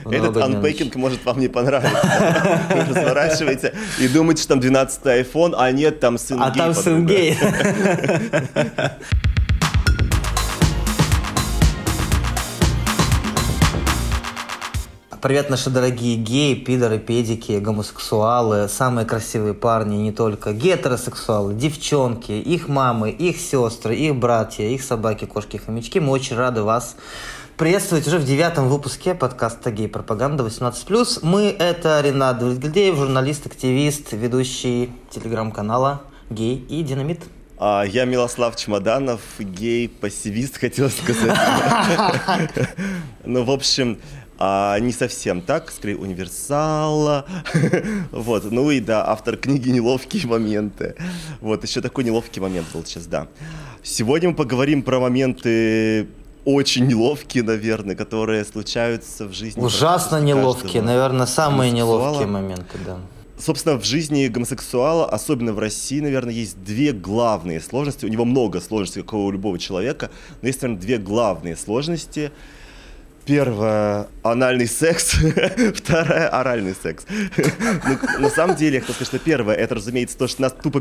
Этот анпейкинг может вам не понравиться. Вы разворачиваете и думаете, что там 12-й iPhone, а нет, там сын гей. А там сын гей. Привет, наши дорогие геи, пидоры, педики, гомосексуалы, самые красивые парни, не только гетеросексуалы, девчонки, их мамы, их сестры, их братья, их собаки, кошки, хомячки. Мы очень рады вас приветствовать уже в 9-м выпуске подкаста «Гей-пропаганда 18+.» Мы — это Ренат Давлетгильдеев, журналист, активист, ведущий телеграм-канала «Гей и Динамит». Я Милослав Чемоданов, гей-пассивист, хотел сказать. Ну, в общем... не совсем так, скорее универсал. Вот. Ну и да, автор книги «Неловкие моменты». Вот, еще такой неловкий момент был сейчас, да. Сегодня мы поговорим про моменты очень неловкие, наверное, которые случаются в жизни. Ужасно неловкие, наверное, самые неловкие моменты, да. Собственно, в жизни гомосексуала, особенно в России, наверное, есть две главные сложности. У него много сложностей, как у любого человека, но есть, наверное, две главные сложности. Первое – анальный секс, второе – оральный секс. На самом деле, я хотел сказать, что первое – это, разумеется, то, что нас тупо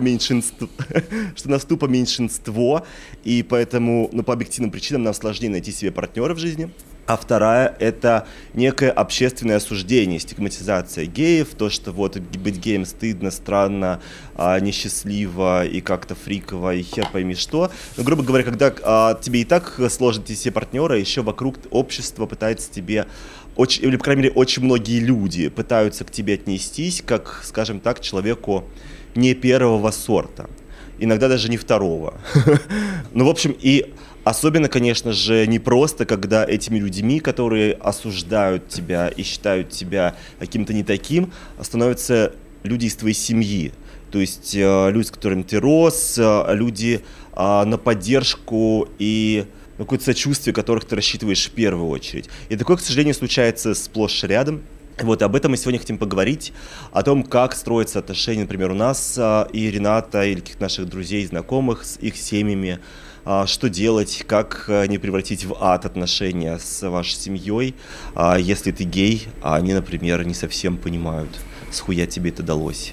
меньшинство, и поэтому, по объективным причинам нам сложнее найти себе партнера в жизни. А вторая – это некое общественное осуждение, стигматизация геев, то, что вот быть геем стыдно, странно, несчастливо и как-то фриково, и хер пойми что. Но, грубо говоря, когда тебе и так сложно найти себе партнера, еще вокруг общество пытается тебе, или, по крайней мере, очень многие люди пытаются к тебе отнестись, как, скажем так, человеку не первого сорта, иногда даже не второго. Ну, в общем, и... Особенно, конечно же, непросто, когда этими людьми, которые осуждают тебя и считают тебя каким-то не таким, становятся люди из твоей семьи. То есть люди, с которыми ты рос, люди на поддержку и на какое-то сочувствие, которых ты рассчитываешь в первую очередь. И такое, к сожалению, случается сплошь и рядом. Вот, об этом мы сегодня хотим поговорить, о том, как строятся отношения, например, у нас и Рената, или каких-то наших друзей, знакомых с их семьями, что делать, как не превратить в ад отношения с вашей семьей, если ты гей, а они, например, не совсем понимают, с хуя тебе это далось.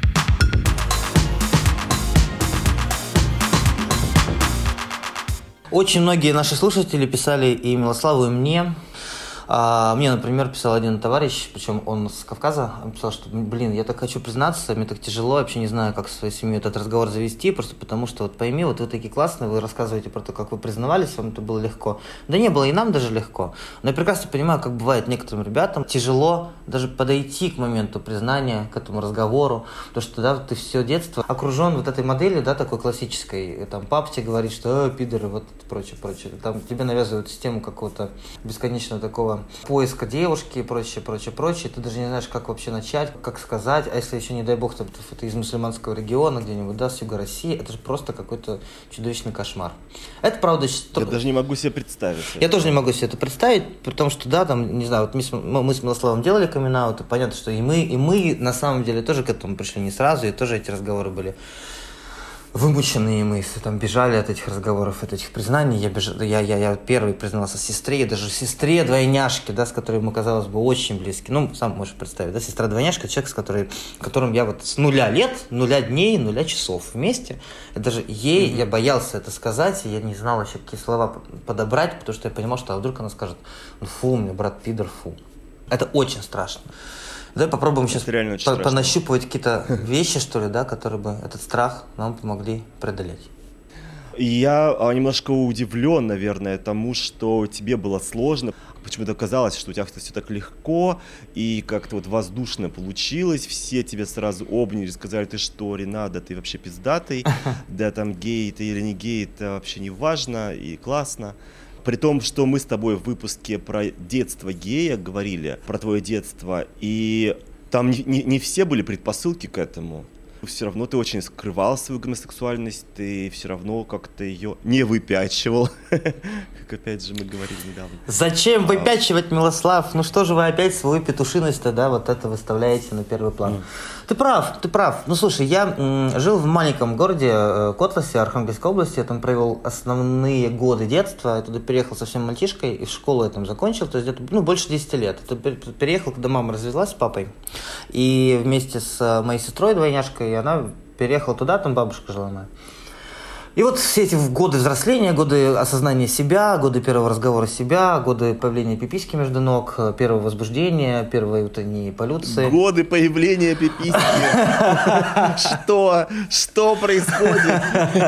Очень многие наши слушатели писали и Милославу, и мне. Мне, например, писал один товарищ, причем он с Кавказа, он писал, что, я так хочу признаться, мне так тяжело, я вообще не знаю, как со своей семьей этот разговор завести, просто потому что, вот пойми, вот вы такие классные, вы рассказываете про то, как вы признавались, вам это было легко. Да не было, и нам даже легко. Но я прекрасно понимаю, как бывает некоторым ребятам тяжело даже подойти к моменту признания, к этому разговору, потому что, да, ты все детство окружен вот этой моделью, да, такой классической, там, папа тебе говорит, что, пидоры, вот, прочее, там тебе навязывают систему какого-то бесконечного такого поиска девушки и прочее. Ты даже не знаешь, как вообще начать, как сказать. А если еще, не дай бог, ты из мусульманского региона где-нибудь, да, с юга России, это же просто какой-то чудовищный кошмар. Это правда... Я даже не могу себе представить. Я тоже не могу себе это представить, потому что, да, там, не знаю, вот мы с Милославом делали камин-аут, и понятно, что и мы на самом деле тоже к этому пришли не сразу, и тоже эти разговоры были вымученные, мы там бежали от этих разговоров, от этих признаний. Я первый признался сестре, даже сестре двойняшки, да, с которой мы, казалось бы, очень близки. Ну, сам можешь представить, да, сестра-двойняшка, человек, которым я вот с 0 лет, 0 дней, 0 часов вместе. И даже ей я боялся это сказать, и я не знал вообще, какие слова подобрать, потому что я понимал, что вдруг она скажет: фу, мне брат пидор, фу. Это очень страшно. Давай попробуем сейчас понащупывать какие-то вещи, что ли, да, которые бы этот страх нам помогли преодолеть. Я немножко удивлен, наверное, тому, что тебе было сложно. Почему-то казалось, что у тебя все так легко и как-то вот воздушно получилось. Все тебя сразу обняли, сказали: ты что, Ренат, да ты вообще пиздатый, да там гей ты или не гей, это вообще не важно и классно. При том, что мы с тобой в выпуске про детство гея говорили, про твое детство, и там не все были предпосылки к этому. Все равно ты очень скрывал свою гомосексуальность, ты все равно как-то ее не выпячивал, как опять же мы говорили недавно. Зачем выпячивать, Милослав? Ну что же вы опять свою петушиность-то, да, вот это выставляете на первый план? Ты прав. Ну слушай, я жил в маленьком городе Котласе, Архангельской области, я там провел основные годы детства, я туда переехал совсем мальчишкой, и школу я там закончил, то есть где-то больше 10 лет. Я переехал, когда мама развелась с папой, и вместе с моей сестрой, двойняшкой, и она переехала туда, там бабушка жила моя. И вот все эти годы взросления, годы осознания себя, годы первого разговора себя, годы появления пиписьки между ног, первого возбуждения, первой утренней полюции. Годы появления пиписьки. Что происходит?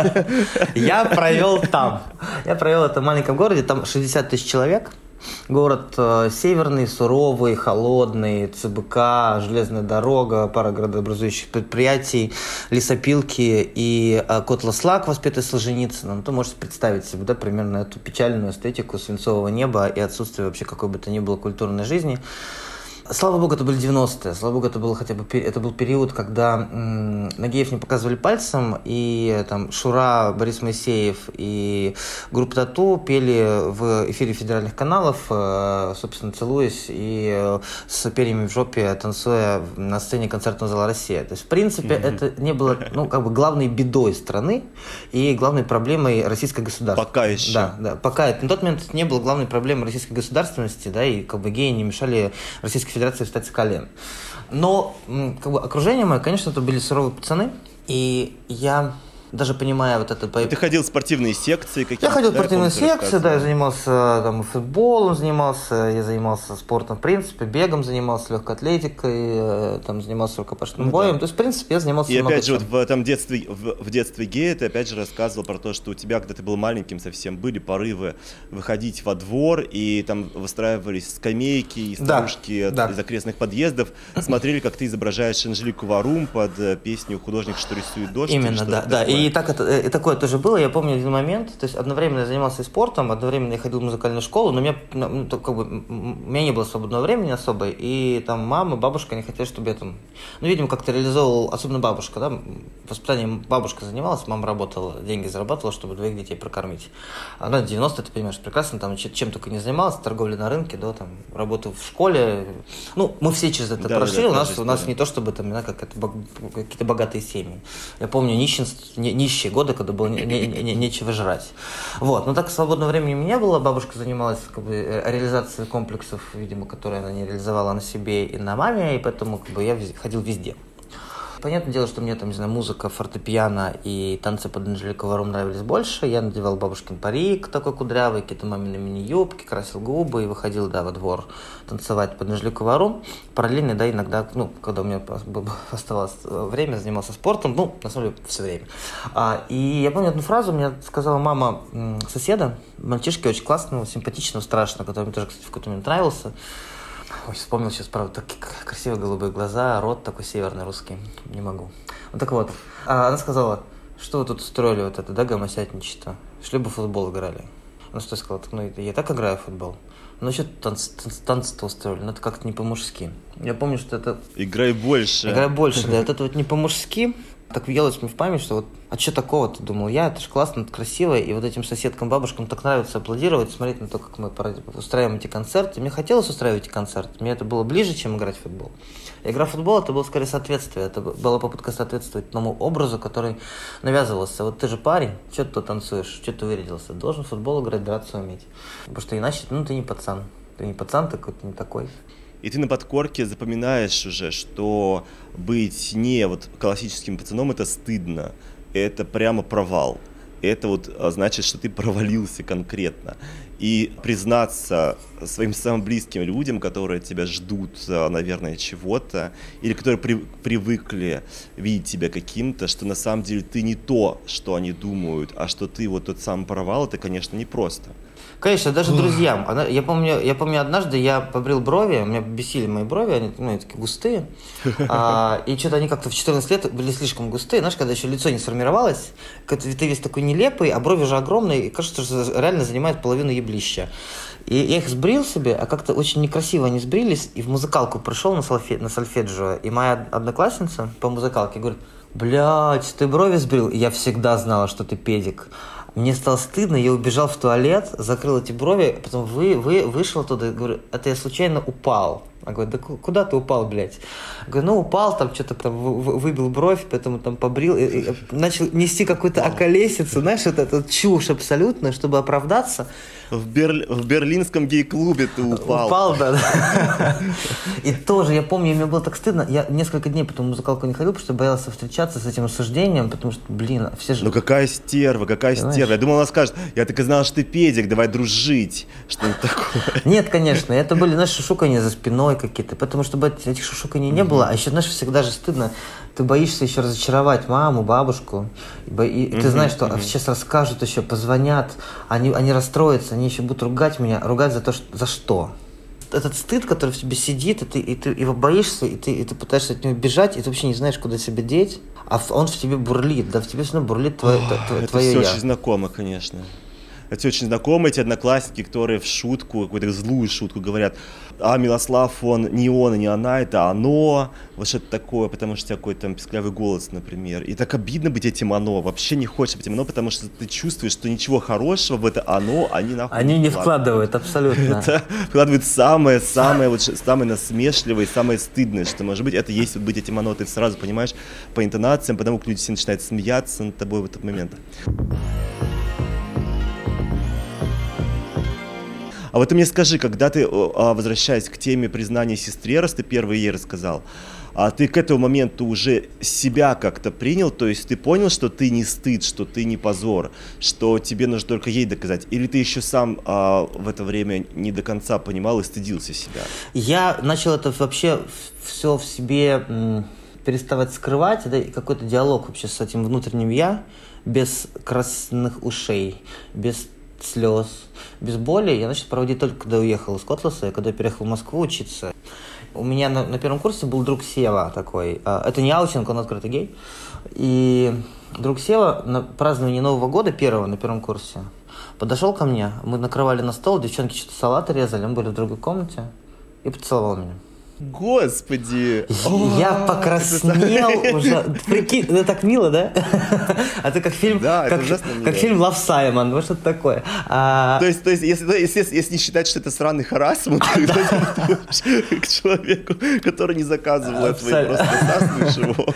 Я провел там. Я провел это в маленьком городе, там 60 тысяч человек. Город северный, суровый, холодный, ЦБК, железная дорога, пара градообразующих предприятий, лесопилки и Котласлак, воспетый Солженицыным. Ну, ты можешь представить себе, да, примерно эту печальную эстетику свинцового неба и отсутствие вообще какой бы то ни было культурной жизни. Слава богу, это были 90-е. Слава богу, это был хотя бы это был период, когда на геев не показывали пальцем, и там Шура, Борис Моисеев и группа Тату пели в эфире федеральных каналов, собственно, целуясь и с перьями в жопе, танцуя на сцене концертного зала «Россия». То есть, в принципе, это не было, ну, как бы главной бедой страны и главной проблемой российской государственности. Пока еще. Да, пока. На тот момент это не было главной проблемой российской государственности, да, и как бы геи не мешали Российской Федерации встать с колен. Но как бы окружение мое, конечно, это были суровые пацаны, и я даже понимая вот это... Ты ходил в спортивные секции какие-то? Я ходил в спортивные секции, да, я занимался там футболом, я занимался спортом в принципе, бегом занимался, легкой атлетикой, там занимался рукопашным боем, то есть в принципе я занимался много чем. И опять же вот в этом детстве, в детстве гея ты опять же рассказывал про то, что у тебя, когда ты был маленьким совсем, были порывы выходить во двор, и там выстраивались скамейки и старушки из окрестных подъездов, смотрели, как ты изображаешь Анжелику Варум под песню «Художник, что рисует дождь». Именно, да. И такое тоже было. Я помню один момент, то есть одновременно я занимался и спортом, одновременно я ходил в музыкальную школу, но у меня не было свободного времени особо, и там мама, бабушка не хотели, чтобы я там, видимо, как-то реализовывал, особенно бабушка, да, воспитанием бабушка занималась, мама работала, деньги зарабатывала, чтобы двоих детей прокормить. Она 90, ты понимаешь, прекрасно, там чем только не занималась, торговля на рынке, да, там, работа в школе. Ну, мы все через это прошли, у нас не то, чтобы там, какие-то богатые семьи. Я помню нищие годы, когда было нечего жрать. Вот. Но так свободного времени у меня не было. Бабушка занималась как бы реализацией комплексов, видимо, которые она не реализовала на себе и на маме, и поэтому как бы я ходил везде. Понятное дело, что мне там, не знаю, музыка, фортепиано и танцы под Анжелику Варум нравились больше. Я надевал бабушкин парик такой кудрявый, какие-то мамины мини-юбки, красил губы и выходил, да, во двор танцевать под Анжелику Варум. Параллельно, да, иногда, когда у меня оставалось время, занимался спортом, на самом деле, все время. И я помню одну фразу, мне сказала мама соседа, мальчишки очень классного, симпатичного, страшного, который мне тоже, кстати, в какой-то момент нравился. Ой, вспомнил сейчас, правда, такие красивые голубые глаза, рот такой северный русский, не могу. Вот так вот. Она сказала, что вы тут устроили вот это, да, гомосятничество? Шли бы в футбол играли. Она что сказала? Я так играю в футбол. Что танцы-то устроили? Это как-то не по-мужски. Я помню, что это... Играй больше, да. Это вот не по-мужски. Так въелось мне в память, что а что такого-то, думал я, это же классно, это красиво, и вот этим соседкам, бабушкам так нравится аплодировать, смотреть на то, как мы устраиваем эти концерты. Мне хотелось устраивать эти концерты, мне это было ближе, чем играть в футбол. Игра в футбол, это было скорее соответствие, это была попытка соответствовать тому образу, который навязывался. Вот ты же парень, что ты танцуешь, что ты вырядился, должен в футбол играть, драться уметь. Потому что иначе, ты не пацан, ты какой-то не такой. И ты на подкорке запоминаешь уже, что быть не классическим пацаном – это стыдно, это прямо провал. Это значит, что ты провалился конкретно. И признаться своим самым близким людям, которые тебя ждут, наверное, чего-то, или которые привыкли видеть тебя каким-то, что на самом деле ты не то, что они думают, а что ты тот самый провал, это, конечно, непросто. Конечно, даже друзьям. Я помню, однажды я побрил брови, меня бесили мои брови, они такие густые. И что-то они как-то в 14 лет были слишком густые. Знаешь, когда еще лицо не сформировалось, ты весь такой нелепый, а брови уже огромные, и кажется, что реально занимает половину еблища. И я их сбрил себе, а как-то очень некрасиво они сбрились, и в музыкалку пришел на сольфеджио, и моя одноклассница по музыкалке говорит: блядь, ты брови сбрил? Я всегда знала, что ты педик. Мне стало стыдно, я убежал в туалет, закрыл эти брови, потом вышел оттуда и говорю, это я случайно упал. Я говорю, да куда ты упал, блядь? Я говорю, ну упал, там что-то там выбил бровь, поэтому там побрил. И начал нести какую-то околесицу, знаешь, вот эту чушь абсолютно, чтобы оправдаться. В берлинском гей-клубе ты упал. Упал, да. И тоже, я помню, мне было так стыдно. Я несколько дней потом в музыкалку не ходил, потому что боялся встречаться с этим осуждением, потому что, блин, все же... Ну какая стерва, какая стерва. Я думал, она скажет, я так и знал, что ты педик, давай дружить. Что-нибудь такое. Нет, конечно, это были, знаешь, шушукания за спиной какие-то, потому что этих шушуканий не было. А еще, знаешь, всегда же стыдно. Ты боишься еще разочаровать маму, бабушку. И ты знаешь, что сейчас расскажут еще, позвонят, они расстроятся, они еще будут ругать меня, ругать за то, за что. Этот стыд, который в тебе сидит, и ты его боишься, и ты пытаешься от него бежать, и ты вообще не знаешь, куда себя деть, а он в тебе бурлит, да, в тебе все равно бурлит твое это все очень знакомо, конечно. Это очень знакомо, эти одноклассники, которые в шутку, какую-то злую шутку говорят, а Милослав, он и не она, это оно, вот что-то такое, потому что у тебя какой-то там писклявый голос, например. И так обидно быть этим оно, вообще не хочется быть этим оно, потому что ты чувствуешь, что ничего хорошего в это оно они нахуй они не вкладывают, абсолютно. Это вкладывают самое насмешливое, самое стыдное, что может быть, это есть быть этим оно, ты сразу понимаешь по интонациям, потому как люди все начинают смеяться над тобой в этот момент. А вот ты мне скажи, когда ты, возвращаясь к теме признания сестре, раз ты первый ей рассказал, а ты к этому моменту уже себя как-то принял, то есть ты понял, что ты не стыд, что ты не позор, что тебе нужно только ей доказать, или ты еще сам в это время не до конца понимал и стыдился себя? Я начал это вообще все в себе переставать скрывать, это какой-то диалог вообще с этим внутренним я, без красных ушей, без слез, без боли. Я начал проводить только когда уехал из Котласа, и когда я переехал в Москву учиться. У меня на первом курсе был друг Сева такой. Это не аутинг, он открытый гей. И друг Сева на праздновании Нового года, первого на первом курсе, подошел ко мне, мы накрывали на стол, девчонки что-то салаты резали, мы были в другой комнате, и поцеловал меня. Господи! Я покраснел уже. Прикинь, это так мило, да? А это как фильм, да, как фильм Love Simon, вот что-то такое. То есть если не считать, что это сраный харассмент, когда ты к человеку, который не заказывал этого, и просто засасываешь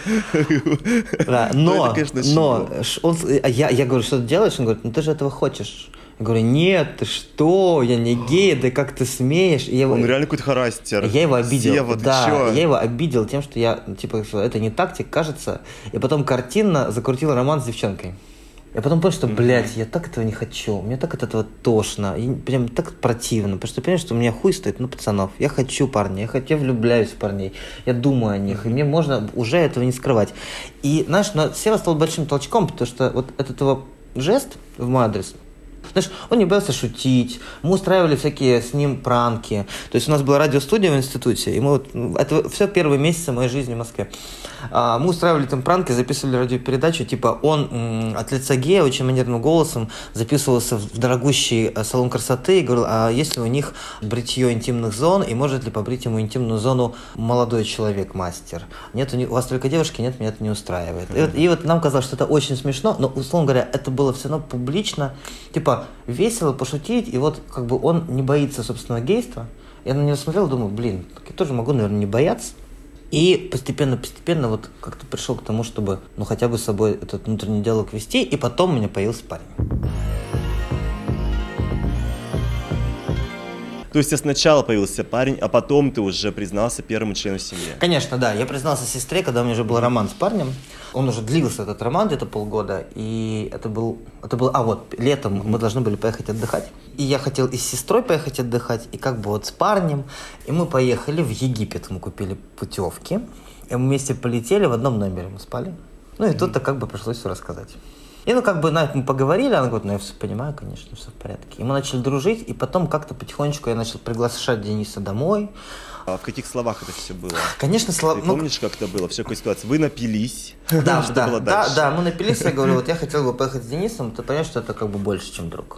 его. Но я говорю, что ты делаешь? Он говорит, ну ты же этого хочешь. Я говорю, нет, ты что, я не гей, да как ты смеешь? Он реально какой-то харастер. Я его обидел. Сева, да, я его обидел тем, что я, типа, это не тактик, кажется. И потом картинно закрутил роман с девчонкой. Я потом понял, что, блядь, я так этого не хочу, мне так от этого тошно, и прям так противно, потому что понимаешь, что у меня хуй стоит, ну, пацанов, я хочу парней, я влюбляюсь в парней, я думаю о них, и мне можно уже этого не скрывать. И, знаешь, но Сева стал большим толчком, потому что вот этот его жест в мой адрес, знаешь, он не боялся шутить, мы устраивали всякие с ним пранки. То есть у нас была радиостудия в институте, и мы вот, это все первые месяцы моей жизни в Москве. Мы устраивали там пранки, записывали радиопередачу, типа он от лица гея очень манерным голосом записывался в дорогущий салон красоты и говорил, а есть ли у них бритье интимных зон, и может ли побрить ему интимную зону молодой человек-мастер. Нет, у вас только девушки, нет, меня это не устраивает. И вот нам казалось, что это очень смешно, но, условно говоря, это было все равно публично, типа весело пошутить, и вот как бы он не боится собственного гейства. Я на него смотрел и думал, блин, я тоже могу, наверное, не бояться. И постепенно вот как-то пришел к тому, чтобы, ну, хотя бы с собой этот внутренний диалог вести, и потом у меня появился парень. То есть сначала появился парень, а потом ты уже признался первому члену семьи? Конечно, да. Я признался сестре, когда у меня уже был роман с парнем. Он уже длился, этот роман, где-то полгода. И это был летом мы должны были поехать отдыхать. И я хотел и с сестрой поехать отдыхать, и как бы вот с парнем. И мы поехали в Египет, мы купили путевки. И мы вместе полетели, в одном номере мы спали. Ну и тут-то как бы пришлось все рассказать. И ну как бы на это мы поговорили, она говорит, ну я все понимаю, конечно, все в порядке. И мы начали дружить, и потом как-то потихонечку я начал приглашать Дениса домой. А в каких словах это все было? Конечно, Ты помнишь, как это было? В какой ситуации? Вы напились? Да, что было дальше? Да, мы напились, я говорю, вот я хотел бы поехать с Денисом, ты понимаешь, что это как бы больше, чем друг.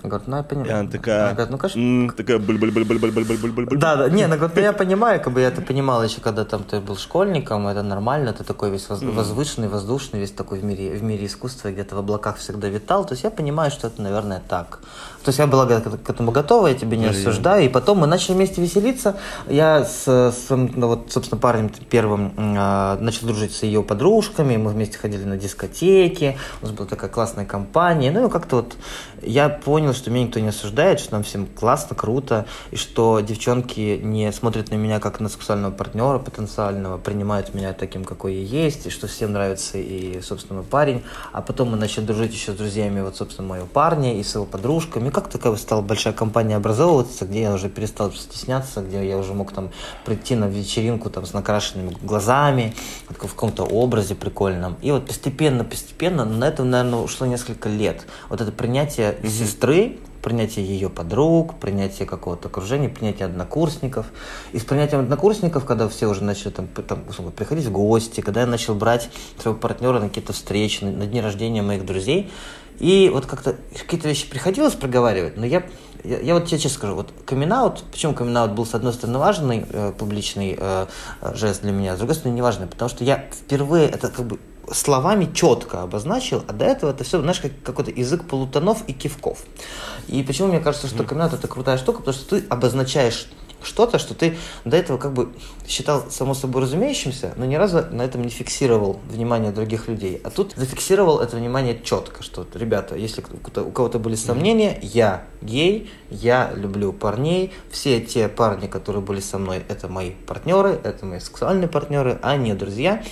Она говорит, ну я И понимаю. она такая, Она говорит, ну конечно. такая буль-буль-буль-буль-буль-буль-буль-буль. Да, не, она говорит, ну я понимаю, как бы я это понимал еще, когда там ты был школьником, это нормально, ты такой весь возвышенный, воздушный, весь такой в мире искусства, где-то в облаках всегда витал, то есть я понимаю, что это, наверное, так. То есть я была к этому готова, я тебя не осуждаю, и потом мы начали вместе веселиться, я собственно, парнем первым начал дружить с ее подружками, мы вместе ходили на дискотеки, у нас была такая классная компания, ну и как-то вот я понял, что меня никто не осуждает, что нам всем классно, круто, и что девчонки не смотрят на меня как на сексуального партнера потенциального, принимают меня таким, какой я есть, и что всем нравится и, собственно, мой парень. А потом мы начали дружить еще с друзьями, вот, собственно, моего парня и с его подружками. И как-то такая стала большая компания образовываться, где я уже перестал стесняться, где я уже мог там прийти на вечеринку там с накрашенными глазами, в каком-то образе прикольном. И вот постепенно, на это, наверное, ушло несколько лет. Вот это принятие сестры, принятие ее подруг, принятие какого-то окружения, принятие однокурсников. И с принятием однокурсников, когда все уже начали там приходить в гости, когда я начал брать своего партнера на какие-то встречи, на дни рождения моих друзей, и вот как-то какие-то вещи приходилось проговаривать, но я вот тебе честно скажу, вот камин-аут, почему камин-аут был, с одной стороны, важный публичный жест для меня, с другой стороны, неважный, потому что я впервые это как бы словами четко обозначил, а до этого это все, знаешь, как какой-то язык полутонов и кивков. И почему мне кажется, что камин-аут это крутая штука, потому что ты обозначаешь что-то, что ты до этого как бы считал само собой разумеющимся, но ни разу на этом не фиксировал внимание других людей. А тут зафиксировал это внимание четко, что, ребята, если у кого-то были сомнения, я гей, я люблю парней, все те парни, которые были со мной, это мои партнеры, это мои сексуальные партнеры, а не друзья.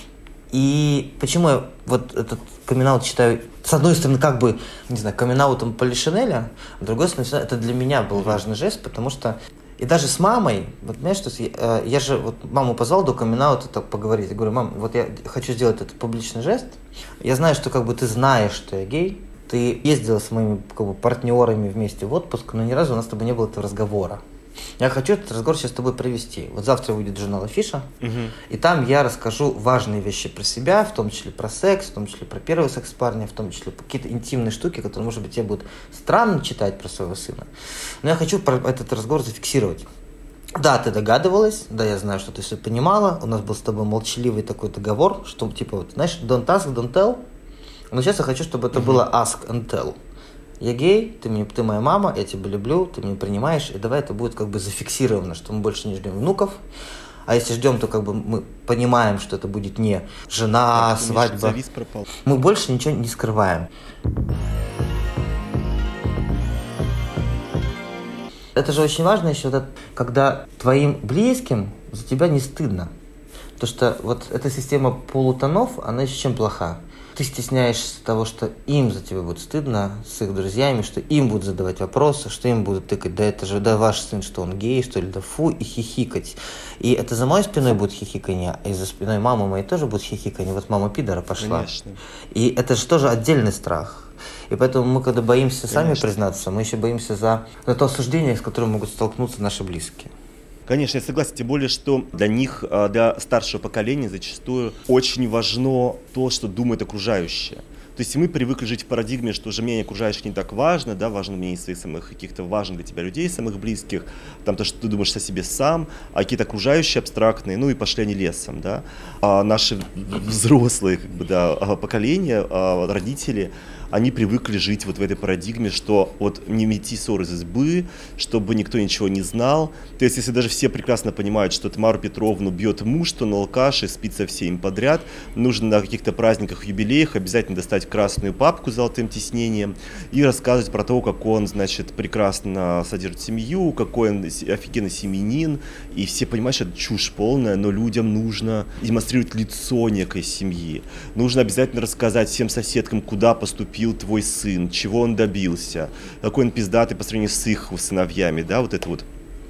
И почему я вот этот камин-аут считаю, с одной стороны, как бы, не знаю, камин-аутом Полишинеля, а с другой стороны, это для меня был важный жест, потому что и даже с мамой, вот знаешь, что я же вот маму позвал до камин-аута так поговорить. Я говорю, мам, вот я хочу сделать этот публичный жест. Я знаю, что как бы ты знаешь, что я гей. Ты ездила с моими как бы партнерами вместе в отпуск, но ни разу у нас с тобой не было этого разговора. Я хочу этот разговор сейчас с тобой провести. Вот завтра выйдет журнал «Афиша», и там я расскажу важные вещи про себя, в том числе про секс, в том числе про первый секс парня, в том числе какие-то интимные штуки, которые, может быть, тебе будут странно читать про своего сына. Но я хочу этот разговор зафиксировать. Да, ты догадывалась, да, я знаю, что ты все понимала. У нас был с тобой молчаливый такой договор, что типа, вот, знаешь, don't ask, don't tell. Но сейчас я хочу, чтобы это было ask and tell. Я гей, ты моя мама, я тебя люблю, ты меня принимаешь, и давай это будет как бы зафиксировано, что мы больше не ждем внуков, а если ждем, то как бы мы понимаем, что это будет не жена, свадьба. Завис пропал. Мы больше ничего не скрываем. Это же очень важно еще, когда твоим близким за тебя не стыдно. Потому что вот эта система полутонов, она еще чем плоха? Ты стесняешься того, что им за тебя будет стыдно, с их друзьями, что им будут задавать вопросы, что им будут тыкать, да это же, да ваш сын, что он гей, что ли, да фу, и хихикать. И это за моей спиной будет хихиканье, и за спиной мамы моей тоже будет хихиканье. Вот мама пидора пошла. Конечно. И это же тоже отдельный страх. И поэтому мы, когда боимся сами признаться, мы еще боимся за то осуждение, с которым могут столкнуться наши близкие. Конечно, я согласен, тем более, что для них, для старшего поколения зачастую очень важно то, что думают окружающие. То есть мы привыкли жить в парадигме, что уже мнение окружающих не так важно, да, важно мнение своих самых каких-то важных для тебя людей, самых близких, там то, что ты думаешь о себе сам, а какие-то окружающие абстрактные, ну и пошли они лесом, да. А наши взрослые, как бы, да, поколения, родители, они привыкли жить вот в этой парадигме, что вот не мети ссор из избы, чтобы никто ничего не знал. То есть, если даже все прекрасно понимают, что Тамару Петровну бьет муж, то он алкаш и спит со всеми подряд, нужно на каких-то праздниках, юбилеях обязательно достать красную папку с золотым тиснением и рассказывать про то, как он, значит, прекрасно содержит семью, какой он офигенный семьянин. И все понимают, что это чушь полная, но людям нужно демонстрировать лицо некой семьи. Нужно обязательно рассказать всем соседкам, куда поступил твой сын, чего он добился, какой он пиздатый по сравнению с их сыновьями, да, вот это вот.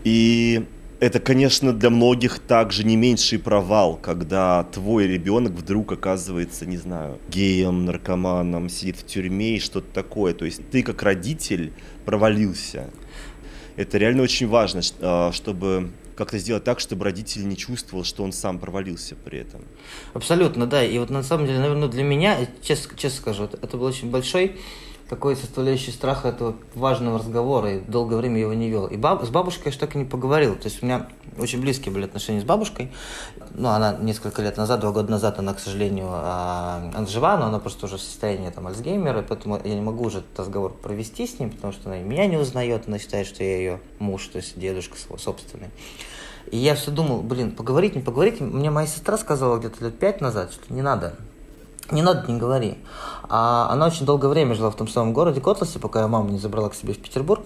И это, конечно, для многих также не меньший провал, когда твой ребенок вдруг оказывается, не знаю, геем, наркоманом, сидит в тюрьме и что-то такое. То есть ты как родитель провалился. Это реально очень важно, чтобы как-то сделать так, чтобы родитель не чувствовал, что он сам провалился при этом. Абсолютно, да. И вот на самом деле, наверное, для меня, честно скажу, это был очень большой какой составляющей страха этого важного разговора, и долгое время его не вел. И с бабушкой я же так и не поговорил. То есть у меня очень близкие были отношения с бабушкой. Ну, она несколько лет назад, 2 года назад, она, к сожалению, она жива, но она просто уже в состоянии там Альцгеймера, и поэтому я не могу уже этот разговор провести с ним, потому что она и меня не узнает, она считает, что я ее муж, то есть дедушка свой собственный. И я все думал, поговорить, не поговорить. Мне моя сестра сказала где-то лет 5 назад, что не надо. Не надо, не говори. А она очень долгое время жила в том самом городе Котласе, пока я маму не забрала к себе в Петербург.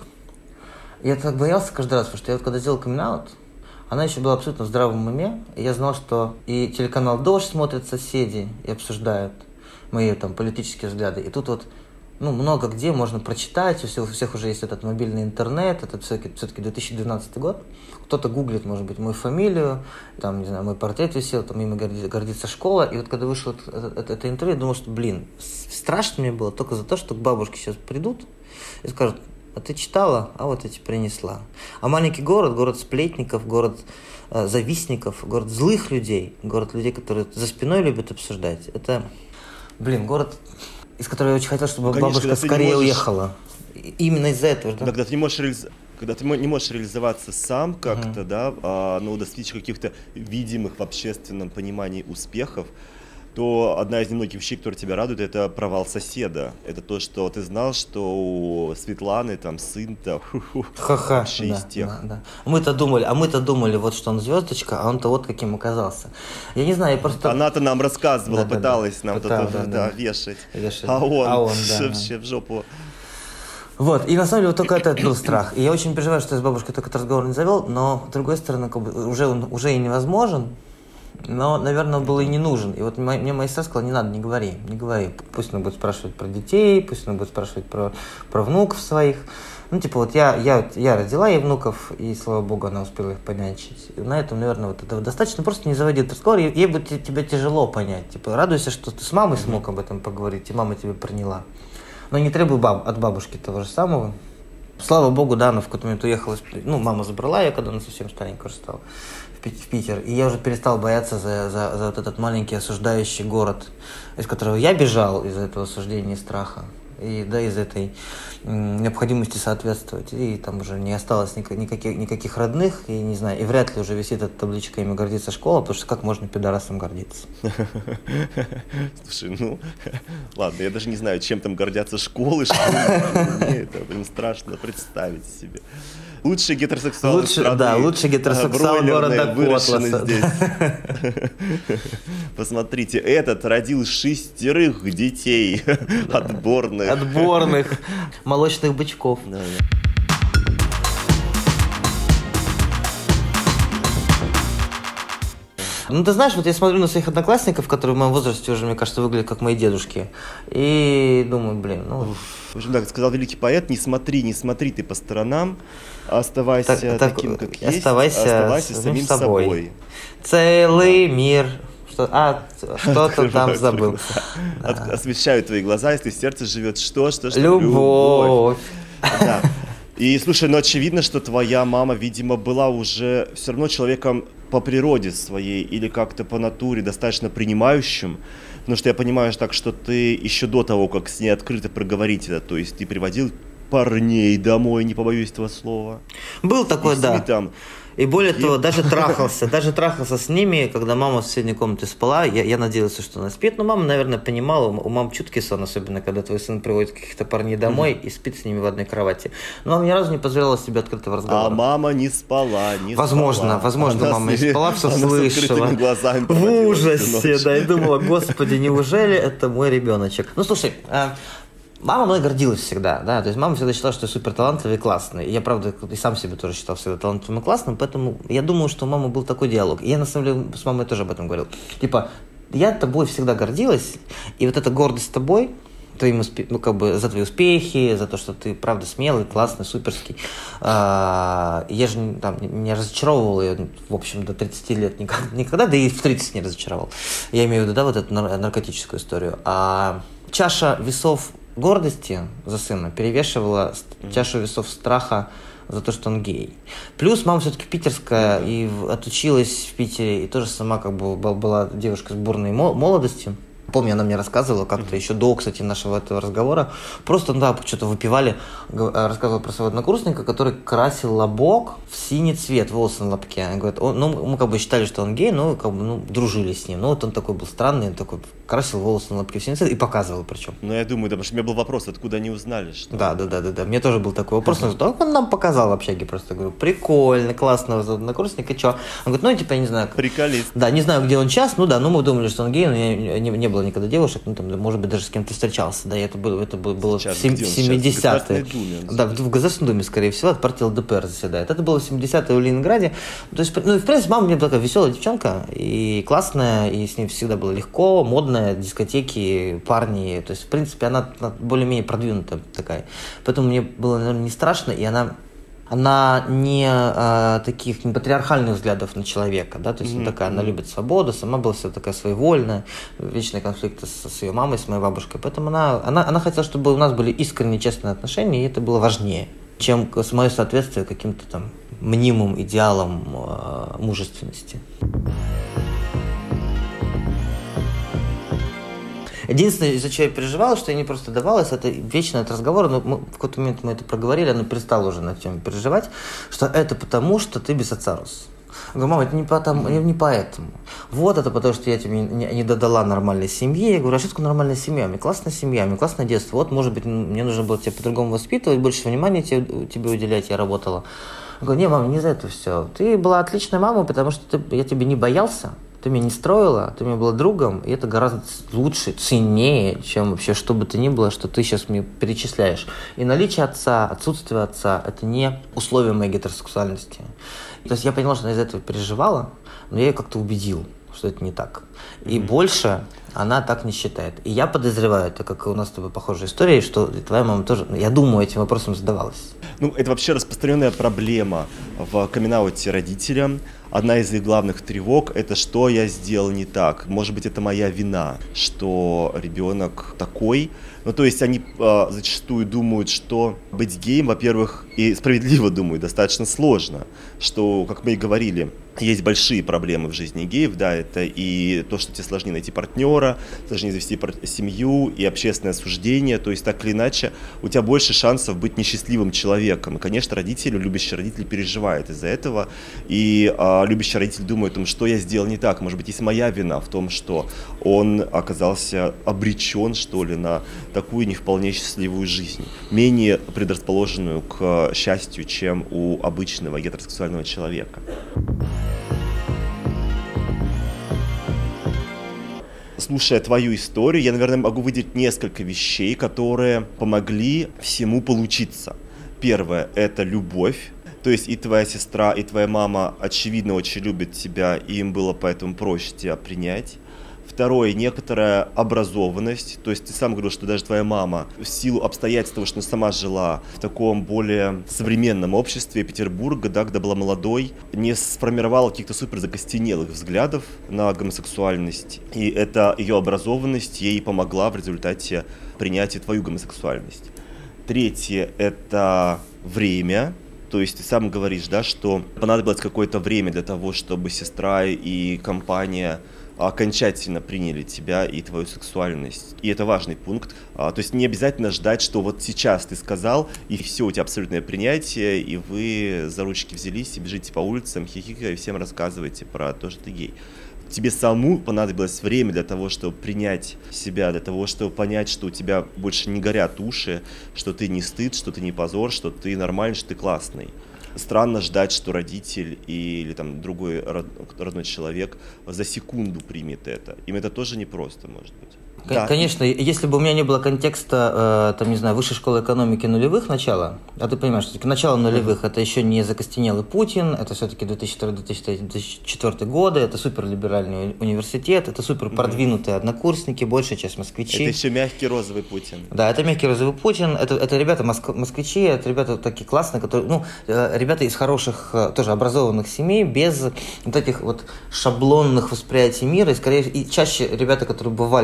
Я так боялся каждый раз, потому что я вот когда сделал камин-аут, она еще была абсолютно в здравом уме. И я знал, что и телеканал «Дождь» смотрят соседи и обсуждают мои там политические взгляды. И тут вот много где можно прочитать, у всех уже есть этот мобильный интернет, это все-таки 2012 год. Кто-то гуглит, может быть, мою фамилию, там, не знаю, мой портрет висел, там, ими гордится школа. И вот когда вышло это интервью, я думал, что, страшно мне было только за то, что к бабушке сейчас придут и скажут: а ты читала, а вот эти принесла. А маленький город сплетников, город завистников, город злых людей, город людей, которые за спиной любят обсуждать. Это, город, из которого я очень хотел, чтобы бабушка скорее уехала. Именно из-за этого. Да? Когда ты не можешь реализоваться сам как-то, достичь каких-то видимых в общественном понимании успехов, то одна из немногих вещей, которая тебя радует, это провал соседа. Это то, что ты знал, что у Светланы там сын-то вообще из тех. Да. Мы-то думали, вот что он звездочка, а он-то вот каким оказался. Я не знаю, я просто... Она-то нам рассказывала, пыталась нам вешать. А он вообще в жопу. Вот, и на самом деле вот только этот был страх. И я очень переживаю, что я с бабушкой только этот разговор не завел, но, с другой стороны, он уже и невозможен, но, наверное, он был и не нужен. И вот мне моя сестра сказала: не надо, не говори. Пусть она будет спрашивать про детей, пусть она будет спрашивать про внуков своих. Я родила ей внуков, и, слава богу, она успела их понянчить. И на этом, наверное, вот этого достаточно. Просто не заводи этот разговор, ей будет тебя тяжело понять. Радуйся, что ты с мамой смог об этом поговорить, и мама тебя приняла. Но не требуй от бабушки того же самого. Слава богу, она в какой-то момент уехала. Мама забрала ее, когда она совсем старенькая уже стала, в Питер. И я уже перестал бояться за вот этот маленький осуждающий город, из которого я бежал из-за этого осуждения и страха. И из этой необходимости соответствовать. И там уже не осталось никаких родных, и не знаю, и вряд ли уже висит эта табличка «Ими гордится школа», потому что как можно пидорасом гордиться? Слушай, ладно, я даже не знаю, чем там гордятся школы. Мне это, страшно представить себе. Лучший гетеросексуал страны. Да, лучший гетеросексуал города Котласа. Здесь. Посмотрите, этот родил 6 детей отборных. Отборных молочных бычков. Да. Ты знаешь, вот я смотрю на своих одноклассников, которые в моем возрасте уже, мне кажется, выглядят как мои дедушки, и думаю, В общем, так сказал великий поэт: не смотри ты по сторонам, оставайся таким, как есть, оставайся самим собой. Целый мир. Что-то там забыл. Освещают твои глаза, если в сердце живет что? Любовь. Да. И слушай, очевидно, что твоя мама, видимо, была уже все равно человеком по природе своей или как-то по натуре достаточно принимающим. Потому что я понимаю так, что ты еще до того, как с ней открыто проговорить это, то есть ты приводил парней домой, не побоюсь этого слова. Был такой, да. Там... И более того, даже трахался с ними, когда мама в соседней комнате спала. Я надеялся, что она спит, но мама, наверное, понимала, у мам чуткий сон, особенно когда твой сын приводит каких-то парней домой и спит с ними в одной кровати. Но мама ни разу не позволяла себе открытого разговора. А мама не спала, Возможно, мама не спала, все слышала. В ужасе, да, и думала: господи, неужели это мой ребеночек? Слушай, мама мной гордилась всегда, да, то есть мама всегда считала, что я супер талантливый и классный. И я, правда, и сам себя тоже считал всегда талантливым и классным, поэтому я думаю, что у мамы был такой диалог. И я, на самом деле, с мамой тоже об этом говорил. Я тобой всегда гордилась, и вот эта гордость тобой, за твои успехи, за то, что ты, правда, смелый, классный, суперский. Я же не разочаровывал ее, в общем, до 30 лет никогда, да и в 30 не разочаровал. Я имею в виду, вот эту наркотическую историю. А чаша весов гордости за сына перевешивала чашу весов страха за то, что он гей. Плюс мама все-таки питерская и отучилась в Питере, и тоже сама была девушка с бурной молодостью. Помню, она мне рассказывала как-то еще до, кстати, нашего этого разговора. Просто, да, что-то выпивали. Рассказывала про своего однокурсника, который красил лобок в синий цвет, волосы на лобке. Она говорит, мы как бы считали, что он гей, но как бы, дружили с ним. Вот он такой был странный, он такой красил волосы на лобке в синий цвет и показывал причем. Я думаю, да, потому что у меня был вопрос, откуда они узнали, что... Да. Мне тоже был такой вопрос. Он нам показал в общаге просто. Говорю, прикольно, классно, однокурсник, и что? Он говорит, я не знаю. Приколист. Да, не знаю, где он сейчас, мы думали, что он гей, но не было никогда девушек, может быть, даже с кем-то встречался. Да, это было сейчас, в 70-е. Да, в Государственной Думе, скорее всего, от партии ЛДПР заседает. Это было в 70-е в Ленинграде. То есть, в принципе, мама мне была такая веселая девчонка, и классная, и с ней всегда было легко, модная, дискотеки, парни. То есть, в принципе, она более-менее продвинутая такая. Поэтому мне было, наверное, не страшно, и она не таких не патриархальных взглядов на человека, да, то есть она такая, она любит свободу, сама была вся такая своевольная, вечные конфликты с ее мамой, с моей бабушкой, поэтому она хотела, чтобы у нас были искренние, честные отношения, и это было важнее, чем мое соответствие каким-то там мнимым идеалам мужественности. Единственное, из-за чего я переживала, что я не просто давалась, это вечно этот разговор, но в какой-то момент мы это проговорили, она перестала уже на тему переживать, что это потому, что ты без отца рос. Я говорю, мама, это не поэтому. Вот это потому, что я тебе не додала нормальной семьи. Я говорю, а что такое нормальная семья? У меня классное детство. Вот, может быть, мне нужно было тебя по-другому воспитывать, больше внимания тебе уделять, я работала. Я говорю, не, мама, не за это все. Ты была отличной мамой, потому что я тебя не боялся. Ты меня не строила, ты мне была другом, и это гораздо лучше, ценнее, чем вообще что бы то ни было, что ты сейчас мне перечисляешь. И наличие отца, отсутствие отца – это не условие моей гетеросексуальности. То есть я поняла, что она из-за этого переживала, но я ее как-то убедил, что это не так. И больше она так не считает. И я подозреваю, так как у нас с тобой похожая история, что твоя мама тоже, я думаю, этим вопросом задавалась. Это вообще распространенная проблема в камин-ауте родителям. Одна из их главных тревог – это что я сделал не так. Может быть, это моя вина, что ребенок такой. То есть они зачастую думают, что быть геем, во-первых, и справедливо думают, достаточно сложно. Что, как мы и говорили, есть большие проблемы в жизни геев, да, это и то, что тебе сложнее найти партнера, сложнее завести семью, и общественное осуждение, то есть так или иначе у тебя больше шансов быть несчастливым человеком. И, конечно, любящий родитель переживает из-за этого, и любящий родитель думает о том, что я сделал не так. Может быть, есть моя вина в том, что он оказался обречен, что ли, на такую не вполне счастливую жизнь, менее предрасположенную к счастью, чем у обычного гетеросексуального человека. Слушая твою историю, я, наверное, могу выделить несколько вещей, которые помогли всему получиться. Первое – это любовь. То есть и твоя сестра, и твоя мама, очевидно, очень любят тебя, и им было поэтому проще тебя принять. Второе, некоторая образованность, то есть ты сам говорил, что даже твоя мама в силу обстоятельств того, что она сама жила в таком более современном обществе Петербурга, да, когда была молодой, не сформировала каких-то супер закостенелых взглядов на гомосексуальность, и эта ее образованность ей помогла в результате принятия твою гомосексуальность. Третье – это время. То есть ты сам говоришь, да, что понадобилось какое-то время для того, чтобы сестра и компания окончательно приняли тебя и твою сексуальность. И это важный пункт. То есть не обязательно ждать, что вот сейчас ты сказал, и все, у тебя абсолютное принятие, и вы за ручки взялись и бежите по улицам, хихикая, и всем рассказываете про то, что ты гей. Тебе саму понадобилось время для того, чтобы принять себя, для того, чтобы понять, что у тебя больше не горят уши, что ты не стыд, что ты не позор, что ты нормальный, что ты классный. Странно ждать, что родитель или там другой родной человек за секунду примет это. Им это тоже непросто, может быть. Да. Конечно, если бы у меня не было контекста, там, не знаю, высшей школы экономики нулевых начала, а ты понимаешь, что начало нулевых это еще не закостенелый Путин, это все-таки 2002-2004 годы, это суперлиберальный университет, это супер продвинутые однокурсники, большая часть москвичи. Это еще мягкий розовый Путин. Да, это мягкий розовый Путин, это ребята москвичи, это ребята такие классные, которые, ребята из хороших, тоже образованных семей, без вот этих вот шаблонных восприятий мира, и скорее, и чаще ребята, которые бывали за границей,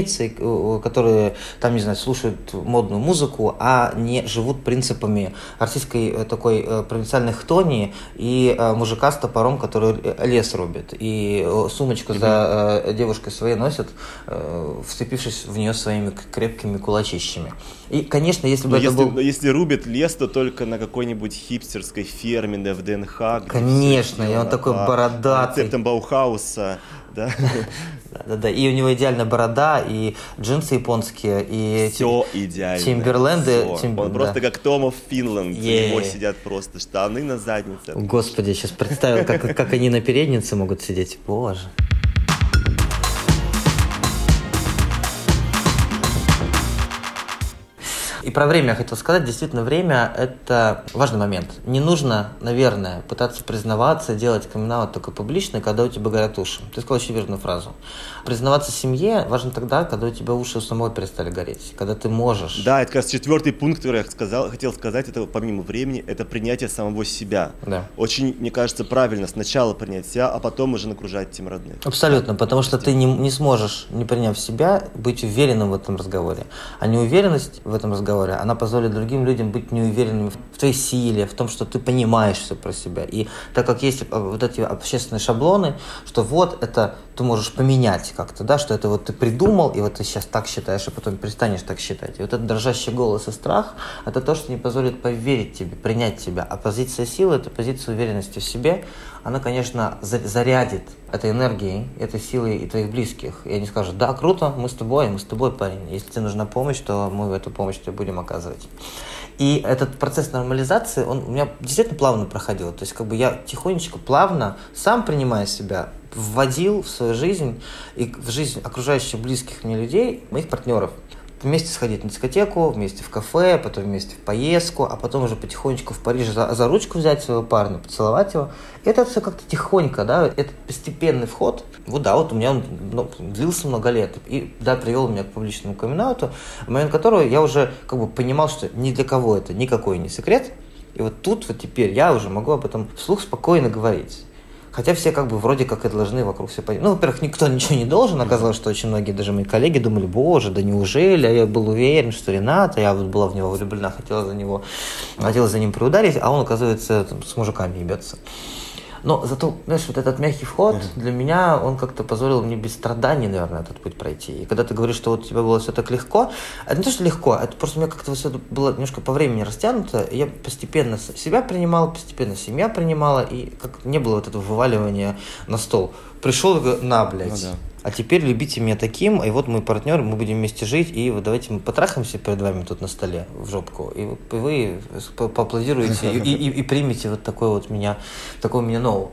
границей, которые, там, не знаю, слушают модную музыку, а не живут принципами российской такой провинциальной хтонии и мужика с топором, который лес рубит, и сумочку за девушкой своей носит, вцепившись в нее своими крепкими кулачищами. И, конечно, если бы если рубит лес, то только на какой-нибудь хипстерской ферме, да, в ДНХ. Конечно, и он такой бородатый. Рецептом Баухауса, да. Да, и у него идеальная борода, и джинсы японские, и все идеально. Тимберленды. Он просто как Том оф Финланд. У него сидят просто штаны на заднице. Господи, я сейчас представил, как они на переднице могут сидеть. Боже. И про время я хотел сказать. Действительно, время – это важный момент. Не нужно, наверное, пытаться признаваться, делать камин-аут только публично, когда у тебя горят уши. Ты сказал очень верную фразу. Признаваться семье важно тогда, когда у тебя уши у самого перестали гореть, когда ты можешь. Да, это как раз 4-й пункт, который я хотел сказать, это помимо времени, это принятие самого себя. Да. Очень, мне кажется, правильно сначала принять себя, а потом уже нагружать тем родных. Абсолютно, потому что ты не сможешь, не приняв себя, быть уверенным в этом разговоре. А неуверенность в этом разговоре, она позволит другим людям быть неуверенными в твоей силе, в том, что ты понимаешь все про себя. И так как есть вот эти общественные шаблоны, что вот это ты можешь поменять как-то, да, что это вот ты придумал, и вот ты сейчас так считаешь, а потом перестанешь так считать. И вот этот дрожащий голос и страх – это то, что не позволит поверить тебе, принять тебя. А позиция силы – это позиция уверенности в себе. Она, конечно, зарядит этой энергией, этой силой и твоих близких. И они скажут: да, круто, мы с тобой, парень. Если тебе нужна помощь, то мы эту помощь тебе будем оказывать. И этот процесс нормализации, он у меня действительно плавно проходил. То есть как бы я тихонечко, плавно, сам принимая себя, вводил в свою жизнь и в жизнь окружающих близких мне людей, моих партнеров. Вместе сходить на дискотеку, вместе в кафе, потом вместе в поездку, а потом уже потихонечку в Париже за ручку взять своего парня, поцеловать его. Это все как-то тихонько, да, это постепенный вход. Вот да, вот у меня он длился много лет и, да, привел меня к публичному камин-ауту, в момент которого я уже как бы понимал, что ни для кого это никакой не секрет. И вот тут вот теперь я уже могу об этом вслух спокойно говорить. Хотя все как бы вроде как и должны вокруг все понять. Ну, во-первых, никто ничего не должен. Оказалось, что очень многие, даже мои коллеги, думали: боже, да неужели? А я был уверен, что Ренат, я вот была в него влюблена, хотела за ним приударить, а он, оказывается, там, с мужиками ебется. Но зато, знаешь, вот этот мягкий вход для меня, он как-то позволил мне без страданий, наверное, этот путь пройти. И когда ты говоришь, что вот у тебя было все так легко, это не то, что легко, это просто у меня как-то все было немножко по времени растянуто, и я постепенно себя принимал, постепенно семья принимала, и как не было вот этого вываливания на стол. Пришел и говорю: на, блядь. Ну, да. А теперь любите меня таким, и вот мой партнер, мы будем вместе жить, и вот давайте мы потрахаемся перед вами тут на столе в жопку, и вы поаплодируете и примете вот такого меня нового.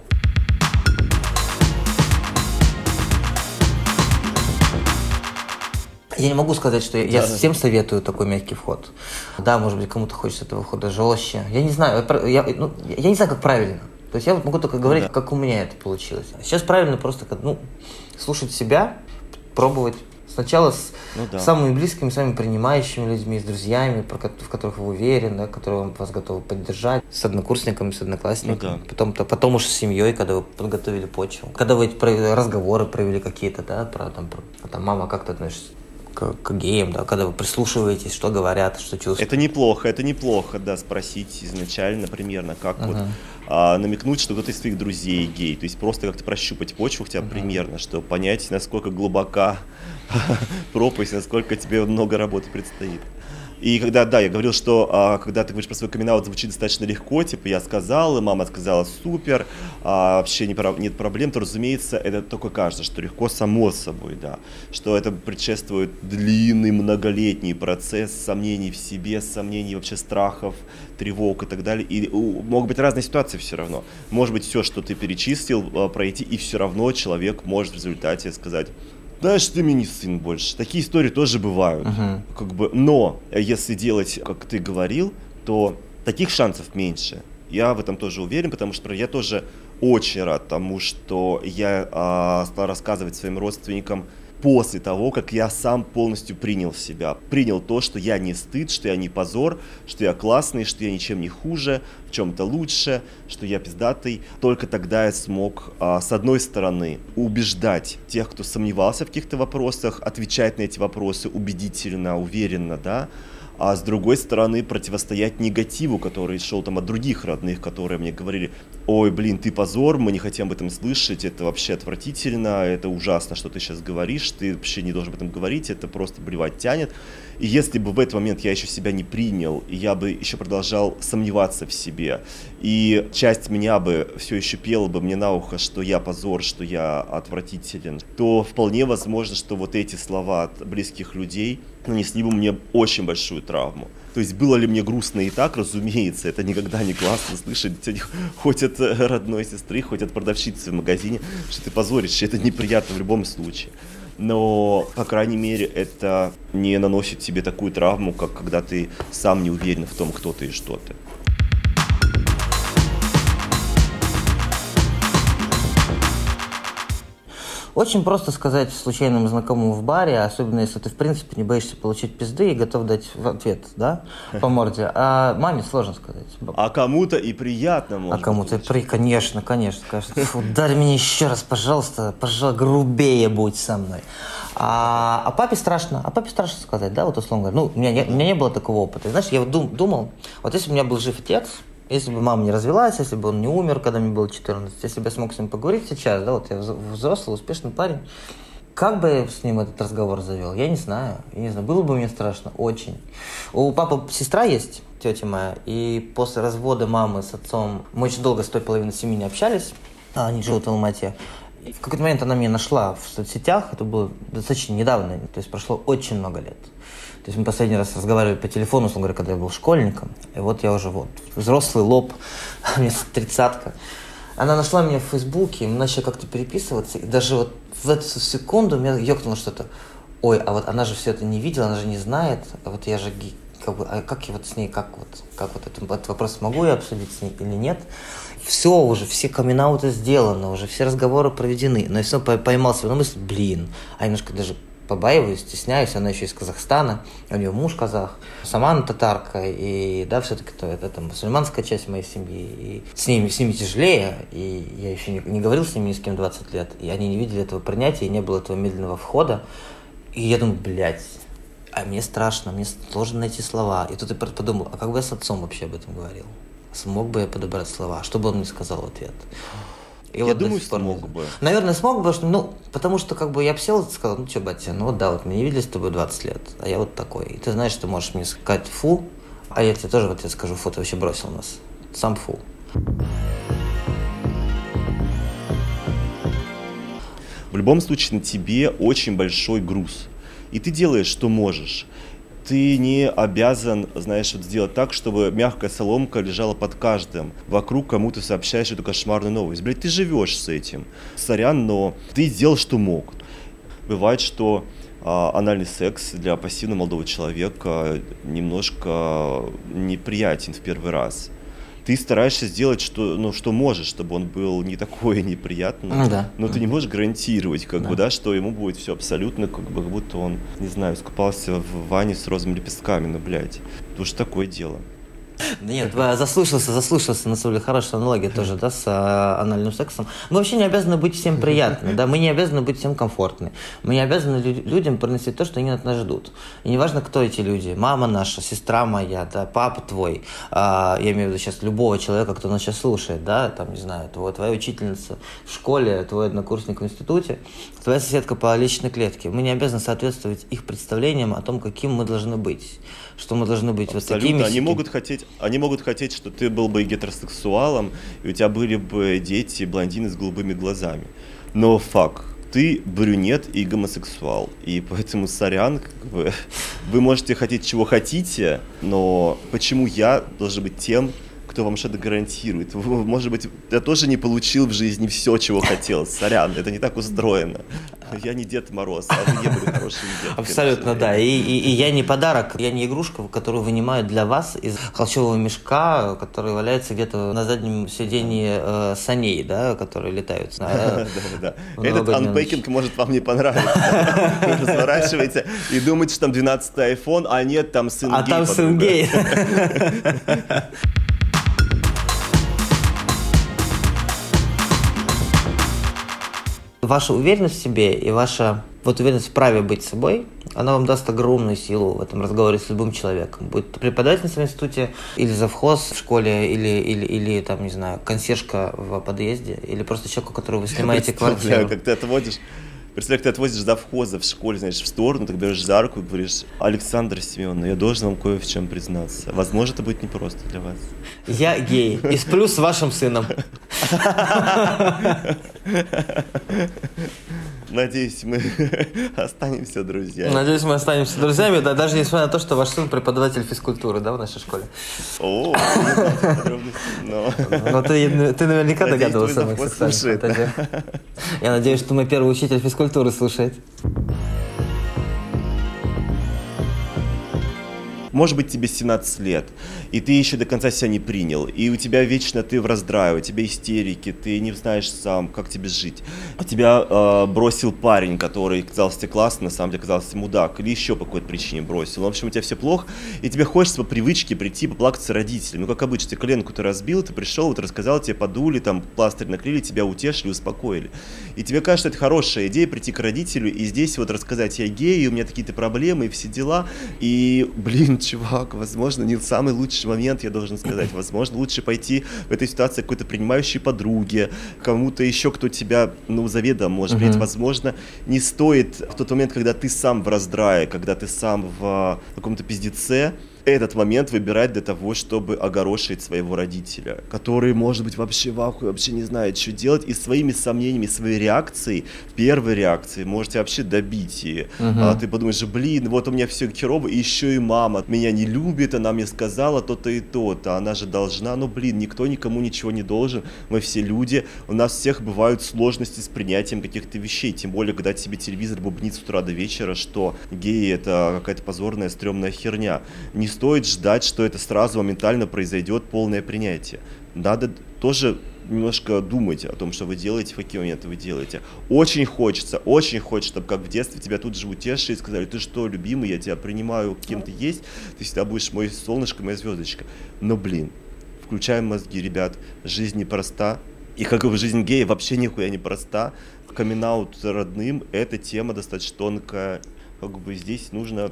Я не могу сказать, что я всем советую такой мягкий вход. Да, может быть, кому-то хочется этого входа жестче. Я не знаю, я не знаю, как правильно. То есть я вот могу только говорить, как у меня это получилось. Сейчас правильно просто слушать себя, пробовать сначала с самыми близкими, самыми принимающими людьми, с друзьями, в которых вы уверены, которые вас готовы поддержать, с однокурсниками, с одноклассниками, потом уж с семьей, когда вы подготовили почву, когда вы разговоры провели какие-то, да, про мама, как ты относишься к геям, да, когда вы прислушиваетесь, что говорят, что чувствуют. Это неплохо, да, спросить изначально примерно, как намекнуть, что кто-то из твоих друзей гей, то есть просто как-то прощупать почву хотя бы примерно, чтобы понять, насколько глубока пропасть, насколько тебе много работы предстоит. И когда, да, я говорил, что когда ты говоришь про свой камин-аут, звучит достаточно легко, типа я сказал, и мама сказала супер, вообще нет проблем, то, разумеется, это только кажется, что легко само собой, да, что это предшествует длинный многолетний процесс сомнений в себе, сомнений вообще страхов, тревог и так далее, и могут быть разные ситуации все равно. Может быть, все, что ты перечислил, пройти, и все равно человек может в результате сказать: знаешь, ты мне не сын больше. Такие истории тоже бывают. Но если делать, как ты говорил, то таких шансов меньше. Я в этом тоже уверен, потому что я тоже очень рад тому, что я стал рассказывать своим родственникам после того, как я сам полностью принял себя. Принял то, что я не стыд, что я не позор, что я классный, что я ничем не хуже, в чем-то лучше, что я пиздатый. Только тогда я смог, с одной стороны, убеждать тех, кто сомневался в каких-то вопросах, отвечать на эти вопросы убедительно, уверенно, да, а с другой стороны противостоять негативу, который шел там от других родных, которые мне говорили: ой, блин, ты позор, мы не хотим об этом слышать, это вообще отвратительно, это ужасно, что ты сейчас говоришь, ты вообще не должен об этом говорить, это просто блевать тянет. И если бы в этот момент я еще себя не принял, и я бы еще продолжал сомневаться в себе, и часть меня бы все еще пела бы мне на ухо, что я позор, что я отвратителен, то вполне возможно, что вот эти слова от близких людей нанесли бы мне очень большую травму. То есть было ли мне грустно и так, разумеется, это никогда не классно слышать хоть от родной сестры, хоть от продавщицы в магазине, что ты позоришь, это неприятно в любом случае. Но, по крайней мере, это не наносит тебе такую травму, как когда ты сам не уверен в том, кто ты и что ты. Очень просто сказать случайному знакомому в баре, особенно если ты, в принципе, не боишься получить пизды и готов дать в ответ, да, по морде. А маме сложно сказать. А кому-то и приятно, может быть. А кому-то конечно. Ударь меня еще раз, пожалуйста, грубее будь со мной. А папе страшно сказать, да, вот условно говоря. Ну, у меня не было такого опыта. И, знаешь, я вот думал, вот если бы у меня был жив отец, если бы мама не развелась, если бы он не умер, когда мне было 14, если бы я смог с ним поговорить сейчас, да, вот я взрослый, успешный парень, как бы я с ним этот разговор завел? Я не знаю. Было бы мне страшно, очень. У папы сестра есть, тетя моя, и после развода мамы с отцом мы очень долго с той половиной семьи не общались, они живут в Алмате. И в какой-то момент она меня нашла в соцсетях, это было достаточно недавно, то есть прошло очень много лет. То есть мы последний раз разговаривали по телефону, условно говоря, когда я был школьником, и вот я уже взрослый лоб, мне 30-ка. Она нашла меня в Фейсбуке, мы начали как-то переписываться, и даже вот в эту секунду меня ёкнуло что-то. Ой, а вот она же все это не видела, она же не знает, а вот я же как бы, а как я вот с ней, как вот этот вопрос могу я обсудить с ней или нет? Все уже, все камин-ауты сделаны, уже все разговоры проведены, но я все поймал свою мысль, а немножко даже побаиваюсь, стесняюсь, она еще из Казахстана, у нее муж казах, сама она татарка, и да, все-таки это мусульманская часть моей семьи, и с ними тяжелее, и я еще не говорил с ними ни с кем 20 лет, и они не видели этого принятия, и не было этого медленного входа, и я думаю, а мне страшно, мне сложно найти слова, и тут я подумал, а как бы я с отцом вообще об этом говорил? Смог бы я подобрать слова, что бы он мне сказал в ответ? И я вот думаю, смог бы. Наверное, смог бы, потому что как бы я бы сел и сказал, ну что, батя, мы не виделись с тобой 20 лет, а я вот такой. И ты знаешь, ты можешь мне сказать фу, а я тебе тоже скажу фу, ты вообще бросил нас. Сам фу. В любом случае на тебе очень большой груз. И ты делаешь, что можешь. Ты не обязан, сделать так, чтобы мягкая соломка лежала под каждым. Вокруг кому ты сообщаешь эту кошмарную новость. Ты живешь с этим. Сорян, но ты сделал, что мог. Бывает, что анальный секс для пассивного молодого человека немножко неприятен в первый раз. Ты стараешься сделать, что можешь, чтобы он был не такой неприятный. Да. Но ты не можешь гарантировать, что ему будет все абсолютно, как будто он, искупался в ванне с розовыми лепестками, это уж такое дело. Нет, заслушался, на самом деле, хорошая аналогия тоже, да, с анальным сексом. Мы вообще не обязаны быть всем приятными, да, мы не обязаны быть всем комфортны. Мы не обязаны людям приносить то, что они от нас ждут. И неважно, кто эти люди, мама наша, сестра моя, да, папа твой, я имею в виду сейчас любого человека, кто нас сейчас слушает, да, там, не знаю, твоя учительница в школе, твой однокурсник в институте, твоя соседка по личной клетке. Мы не обязаны соответствовать их представлениям о том, каким мы должны быть. Что мы должны быть абсолютно. Вот такими. Они могут хотеть, что ты был бы гетеросексуалом, и у тебя были бы дети, блондины с голубыми глазами. Но факт, ты брюнет и гомосексуал. И поэтому, сорян, вы можете хотеть чего хотите, но почему я должен быть тем, кто вам что-то гарантирует. Может быть, я тоже не получил в жизни все, чего хотел. Сорян, это не так устроено. Я не Дед Мороз, а вы не были хорошими детками. Абсолютно, да. И я не подарок, я не игрушка, которую вынимают для вас из холщового мешка, который валяется где-то на заднем сиденье саней, да, которые летают. Да. Этот анпекинг может вам не понравиться. Вы разворачиваете и думаете, что там 12-й iPhone, а нет, там сын гей. А там сын гей. Ваша уверенность в себе и ваша уверенность в праве быть собой, она вам даст огромную силу в этом разговоре с любым человеком. Будь то преподавательница в институте, или завхоз в школе, или там, не знаю, консьержка в подъезде, или просто человек, у которого вы снимаете квартиру. Как ты отводишь... Представляю, как ты отвозишь завхоза в школе, знаешь, в сторону, ты берешь за руку и говоришь: Александр Семеновна, я должен вам кое в чем признаться. Возможно, это будет непросто для вас. Я гей и сплю с вашим сыном. Надеюсь, мы останемся друзьями. Надеюсь, мы останемся друзьями, да, даже несмотря на то, что ваш сын преподаватель физкультуры, да, в нашей школе. О, подробности. Но ты наверняка догадывался о моих сексуальных фантазиях. Я надеюсь, что мой первый учитель физкультуры слушает. Может быть, тебе 17 лет, и ты еще до конца себя не принял, и у тебя вечно ты в раздрае, у тебя истерики, ты не знаешь сам, как тебе жить. А тебя бросил парень, который казался тебе классным, на самом деле казался мудак, или еще по какой-то причине бросил. В общем, у тебя все плохо, и тебе хочется по привычке прийти поплакаться родителям. Ну, как обычно, тебе коленку ты разбил, ты пришел, ты рассказал, тебе подули, там пластырь наклеили, тебя утешили, успокоили. И тебе кажется, это хорошая идея прийти к родителю и здесь вот рассказать: я гей, у меня такие-то проблемы и все дела. И, блин, чувак, возможно, не самый лучший момент, я должен сказать. Возможно, лучше пойти в этой ситуации к какой-то принимающей подруге, кому-то еще, кто тебя, заведом может принять. Возможно, не стоит в тот момент, когда ты сам в раздрае, когда ты сам в каком-то пиздеце, этот момент выбирать для того, чтобы огорошить своего родителя, который, может быть, вообще в ахуе, вообще не знает, что делать, и своими сомнениями, своей реакцией, первой реакцией, можете вообще добить. И ты подумаешь: блин, вот у меня все херово, и еще и мама меня не любит, она мне сказала то-то и то-то, она же должна. Блин, никто никому ничего не должен, мы все люди, у нас всех бывают сложности с принятием каких-то вещей, тем более, когда тебе телевизор бубнит с утра до вечера, что геи — это какая-то позорная, стрёмная херня. Не стоит ждать, что это сразу моментально произойдет полное принятие. Надо тоже немножко думать о том, что вы делаете, в какие моменты вы делаете. Очень хочется, чтобы как в детстве тебя тут же утешили и сказали: ты что, любимый, я тебя принимаю, кем ты есть, ты всегда будешь мое солнышко, моя звездочка. Но, блин, включаем мозги, ребят, жизнь непроста. И как и жизнь гея вообще нихуя не проста. Камин-аут родным — это тема достаточно тонкая. Здесь нужно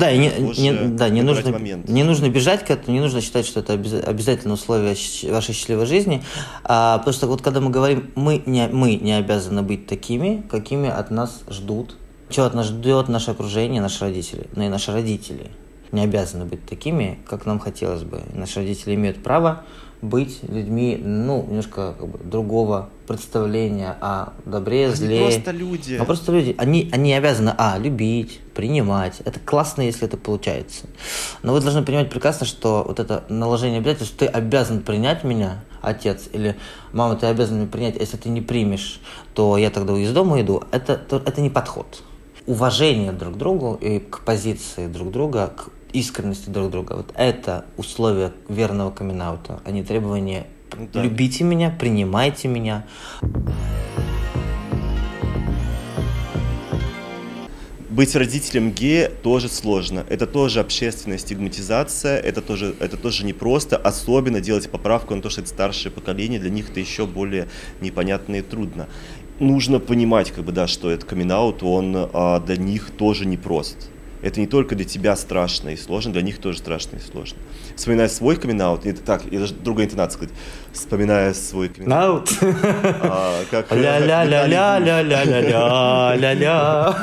не нужно бежать к этому, не нужно считать, что это обязательное условие вашей счастливой жизни, потому что вот когда мы говорим, мы не обязаны быть такими, какими от нас ждут, чего от нас ждет наше окружение, наши родители, но и наши родители не обязаны быть такими, как нам хотелось бы. Наши родители имеют право быть людьми, немножко другого представления о добре, зле. Просто люди. Просто люди. Они обязаны, любить, принимать. Это классно, если это получается. Но вы должны понимать прекрасно, что вот это наложение обязательств, что ты обязан принять меня, отец, или мама, ты обязан меня принять, если ты не примешь, то я тогда из дома иду. Это не подход. Уважение друг к другу и к позиции друг друга, к искренности друг друга. Вот это условие верного камин-аута, а не требование: любите меня, принимайте меня. Быть родителем гея тоже сложно. Это тоже общественная стигматизация, это тоже непросто, особенно делать поправку на то, что это старшее поколение, для них это еще более непонятно и трудно. Нужно понимать, что этот камин-аут, он для них тоже непрост. Это не только для тебя страшно и сложно, для них тоже страшно и сложно. Вспоминая свой камин-аут, я даже другая интонация сказать, вспоминая свой камин-аут. Ля-ля-ля-ля-ля-ля-ля-ля-ля.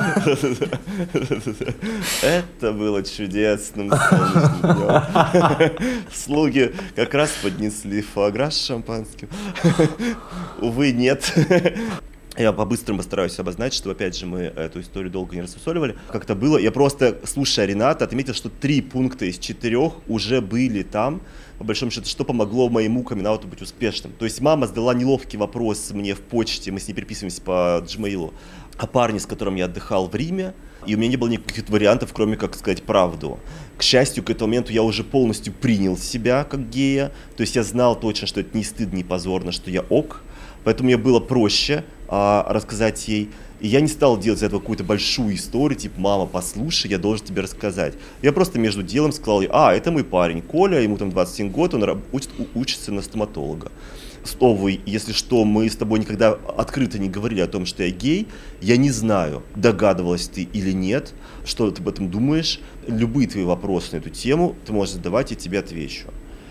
Это было чудесным солнечным днем. Слуги как раз поднесли фуа-гра с шампанским. Увы, нет. Я по-быстрому постараюсь обозначить, чтобы, опять же, мы эту историю долго не рассусоливали. Как-то было, я просто, слушая Рената, отметил, что 3 пункта из 4 уже были там, по большому счету, что помогло моему камин-ауту быть успешным. То есть мама задала неловкий вопрос мне в почте, мы с ней переписываемся по Gmail, о парне, с которым я отдыхал в Риме, и у меня не было никаких вариантов, кроме как сказать правду. К счастью, к этому моменту я уже полностью принял себя как гея, то есть я знал точно, что это не стыдно, не позорно, что я ок, поэтому мне было проще рассказать ей. И я не стал делать из этого какую-то большую историю, типа, мама, послушай, я должен тебе рассказать. Я просто между делом сказал ей, это мой парень Коля, ему там 21 год, он учится на стоматолога. Снова, если что, мы с тобой никогда открыто не говорили о том, что я гей. Я не знаю, догадывалась ты или нет, что ты об этом думаешь. Любые твои вопросы на эту тему ты можешь задавать, я тебе отвечу.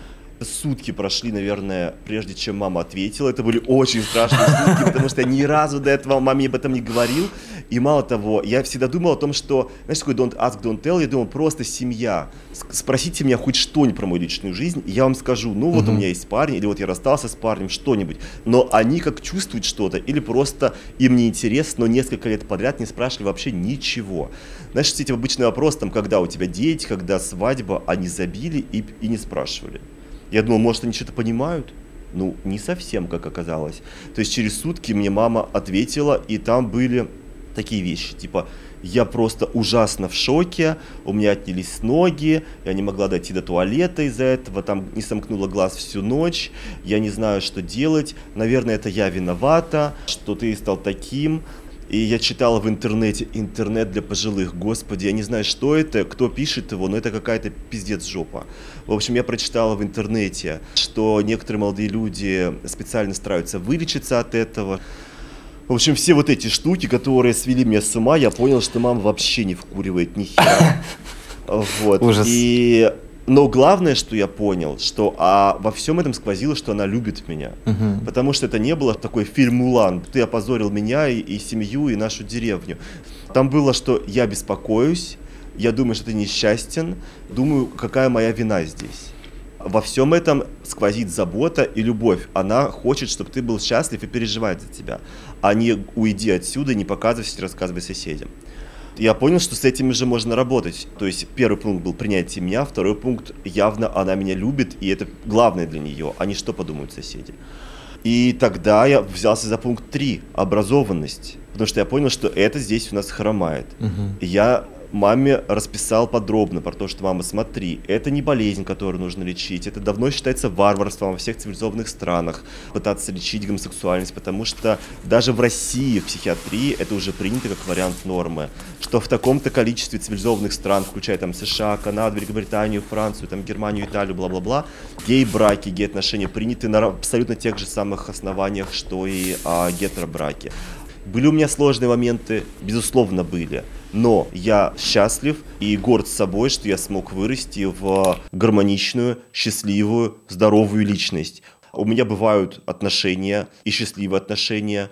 Сутки прошли, наверное, прежде чем мама ответила. Это были очень страшные сутки, потому что я ни разу до этого маме об этом не говорил. И мало того, я всегда думал о том, что, знаешь, такой don't ask, don't tell, я думал, просто семья. Спросите меня хоть что-нибудь про мою личную жизнь, и я вам скажу, ну вот у меня есть парень, или вот я расстался с парнем, что-нибудь. Но они как чувствуют что-то, или просто им не интересно, но несколько лет подряд не спрашивали вообще ничего. Знаешь, все эти обычные вопросы, там, когда у тебя дети, когда свадьба, они забили и не спрашивали. Я думал, может, они что-то понимают? Ну, не совсем, как оказалось. То есть через сутки мне мама ответила, и там были такие вещи, типа, я просто ужасно в шоке, у меня отнялись ноги, я не могла дойти до туалета из-за этого, там не сомкнула глаз всю ночь, я не знаю, что делать, наверное, это я виновата, что ты стал таким. И я читала в интернете «Интернет для пожилых». Господи, я не знаю, что это, кто пишет его, но это какая-то пиздец жопа. В общем, я прочитала в интернете, что некоторые молодые люди специально стараются вылечиться от этого. В общем, все вот эти штуки, которые свели меня с ума, я понял, что мама вообще не вкуривает ни хера. Вот. Ужас. Но главное, что я понял, что во всем этом сквозило, что она любит меня. Потому что это не было такой фильм «Мулан». Ты опозорил меня и семью, и нашу деревню. Там было, что я беспокоюсь, я думаю, что ты несчастен, думаю, какая моя вина здесь. Во всем этом сквозит забота и любовь. Она хочет, чтобы ты был счастлив и переживает за тебя, а не уйди отсюда и не показывайся, не рассказывай соседям. Я понял, что с этим же можно работать. То есть первый пункт был принятие меня, второй пункт явно она меня любит, и это главное для нее, а не что подумают соседи. И тогда я взялся за пункт 3, образованность, потому что я понял, что это здесь у нас хромает. И я маме расписал подробно про то, что мама, смотри, это не болезнь, которую нужно лечить, это давно считается варварством во всех цивилизованных странах пытаться лечить гомосексуальность, потому что даже в России в психиатрии это уже принято как вариант нормы, что в таком-то количестве цивилизованных стран, включая там США, Канаду, Великобританию, Францию, там Германию, Италию, бла-бла-бла, гей-браки, гей-отношения приняты на абсолютно тех же самых основаниях, что и гетеробраки. Были у меня сложные моменты, безусловно, были. Но я счастлив и горд собой, что я смог вырасти в гармоничную, счастливую, здоровую личность. У меня бывают отношения и счастливые отношения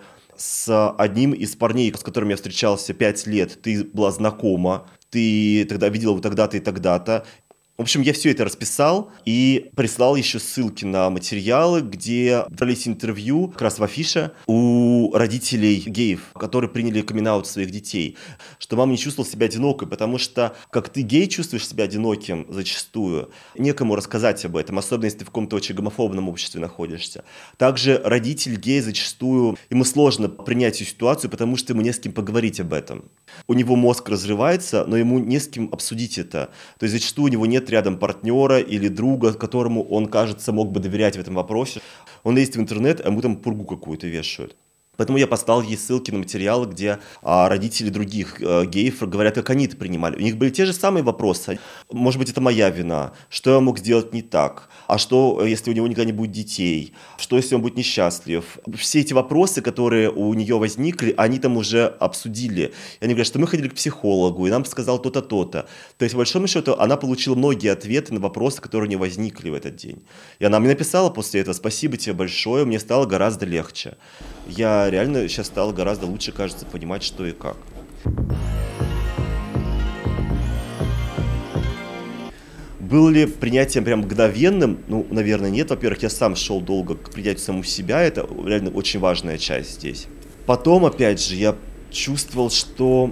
с одним из парней, с которым я встречался 5 лет. Ты была знакома, ты тогда видела его тогда-то и тогда-то. В общем, я все это расписал и прислал еще ссылки на материалы, где брались интервью как раз в афише у родителей геев, которые приняли камин-аут своих детей, что мама не чувствовала себя одинокой, потому что, как ты гей чувствуешь себя одиноким зачастую, некому рассказать об этом, особенно если ты в каком-то очень гомофобном обществе находишься. Также родитель гей зачастую, ему сложно принять всю ситуацию, потому что ему не с кем поговорить об этом. У него мозг разрывается, но ему не с кем обсудить это. То есть зачастую у него нет рядом партнера или друга, которому он, кажется, мог бы доверять в этом вопросе. Он лезет в интернет, а ему там пургу какую-то вешают. Поэтому я поставил ей ссылки на материалы, где родители других геев говорят, как они это принимали. У них были те же самые вопросы. Может быть, это моя вина. Что я мог сделать не так? А что, если у него никогда не будет детей? Что, если он будет несчастлив? Все эти вопросы, которые у нее возникли, они там уже обсудили. И они говорят, что мы ходили к психологу, и нам сказал то-то, то-то. То есть, по большому счету, она получила многие ответы на вопросы, которые у нее возникли в этот день. И она мне написала после этого: спасибо тебе большое, мне стало гораздо легче. Я реально сейчас стал гораздо лучше, кажется, понимать, что и как. Было ли принятие прям мгновенным? Ну, наверное, нет. Во-первых, я сам шел долго к принятию саму себя. Это реально очень важная часть здесь. Потом, опять же, я чувствовал, что...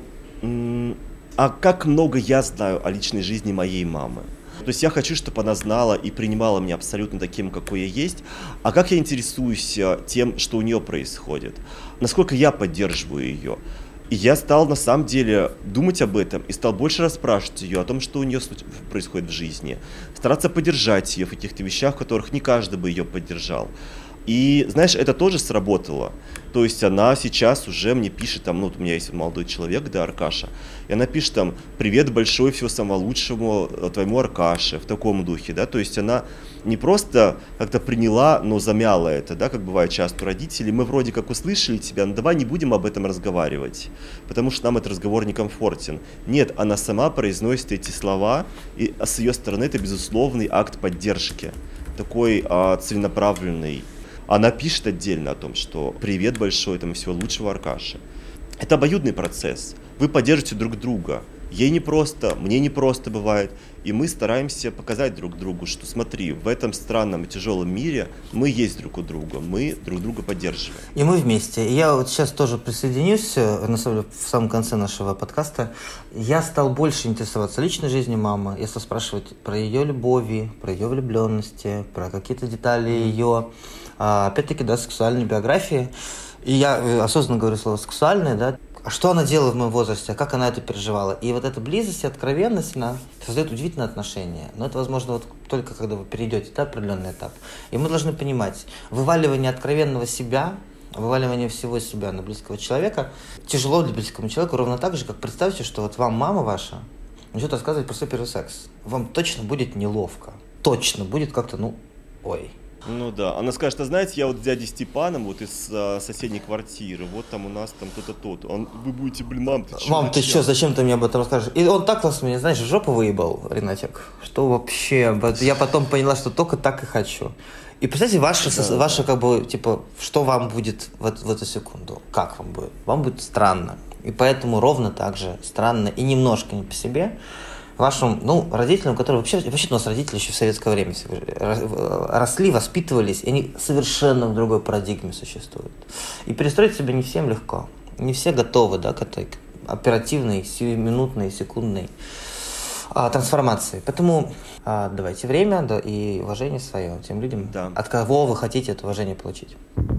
а как много я знаю о личной жизни моей мамы. То есть я хочу, чтобы она знала и принимала меня абсолютно таким, какой я есть. А как я интересуюсь тем, что у нее происходит? Насколько я поддерживаю ее? И я стал, на самом деле, думать об этом и стал больше расспрашивать ее о том, что у нее происходит в жизни. Стараться поддержать ее в каких-то вещах, в которых не каждый бы ее поддержал. И, знаешь, это тоже сработало. То есть она сейчас уже мне пишет, там, ну, у меня есть молодой человек, да, Аркаша, и она пишет там: привет большой, всего самого лучшего твоему Аркаше, в таком духе, да, то есть она не просто как-то приняла, но замяла это, да, как бывает часто у родителей: мы вроде как услышали тебя, но давай не будем об этом разговаривать, потому что нам этот разговор некомфортен. Нет, она сама произносит эти слова, и с ее стороны это безусловный акт поддержки, такой целенаправленный. Она пишет отдельно о том, что привет большой, там, и всего лучшего Аркаше. Это обоюдный процесс. Вы поддержите друг друга. Ей непросто, мне непросто бывает. И мы стараемся показать друг другу, что смотри, в этом странном и тяжелом мире мы есть друг у друга, мы друг друга поддерживаем. И мы вместе. И я вот сейчас тоже присоединюсь, на самом деле, в самом конце нашего подкаста. Я стал больше интересоваться личной жизнью мамы. Я стал спрашивать про ее любови, про ее влюбленности, про какие-то детали ее, опять-таки, да, сексуальной биографии. И я осознанно говорю слово «сексуальное», да. А что она делала в моем возрасте, а как она это переживала? И вот эта близость и откровенность, она создает удивительные отношения. Но это возможно вот только когда вы перейдете, да, определенный этап. И мы должны понимать, вываливание откровенного себя, вываливание всего себя на близкого человека тяжело для близкого человека, ровно так же, как представьте, что вот вам мама ваша начнет рассказывать про свой первый секс. Вам точно будет неловко. Точно будет как-то, ой. Ну да, она скажет: а знаете, я вот с дядей Степаном вот из соседней квартиры, вот там у нас там то-то, то-то. Вы будете, мам, ты что? Мам, ты что, зачем ты мне об этом расскажешь? И он так классно меня, знаешь, в жопу выебал, Ренатик, что вообще, я потом поняла, что только так и хочу. И представьте, ваше как бы, типа, что вам будет в эту секунду, как вам будет? Вам будет странно. И поэтому ровно так же странно и немножко не по себе вашим, родителям, которые вообще у нас родители еще в советское время росли, воспитывались, и они совершенно в другой парадигме существуют. И перестроить себя не всем легко. Не все готовы, да, к этой оперативной, сиюминутной, секундной трансформации. Поэтому давайте время и уважение свое тем людям, да, от кого вы хотите это уважение получить.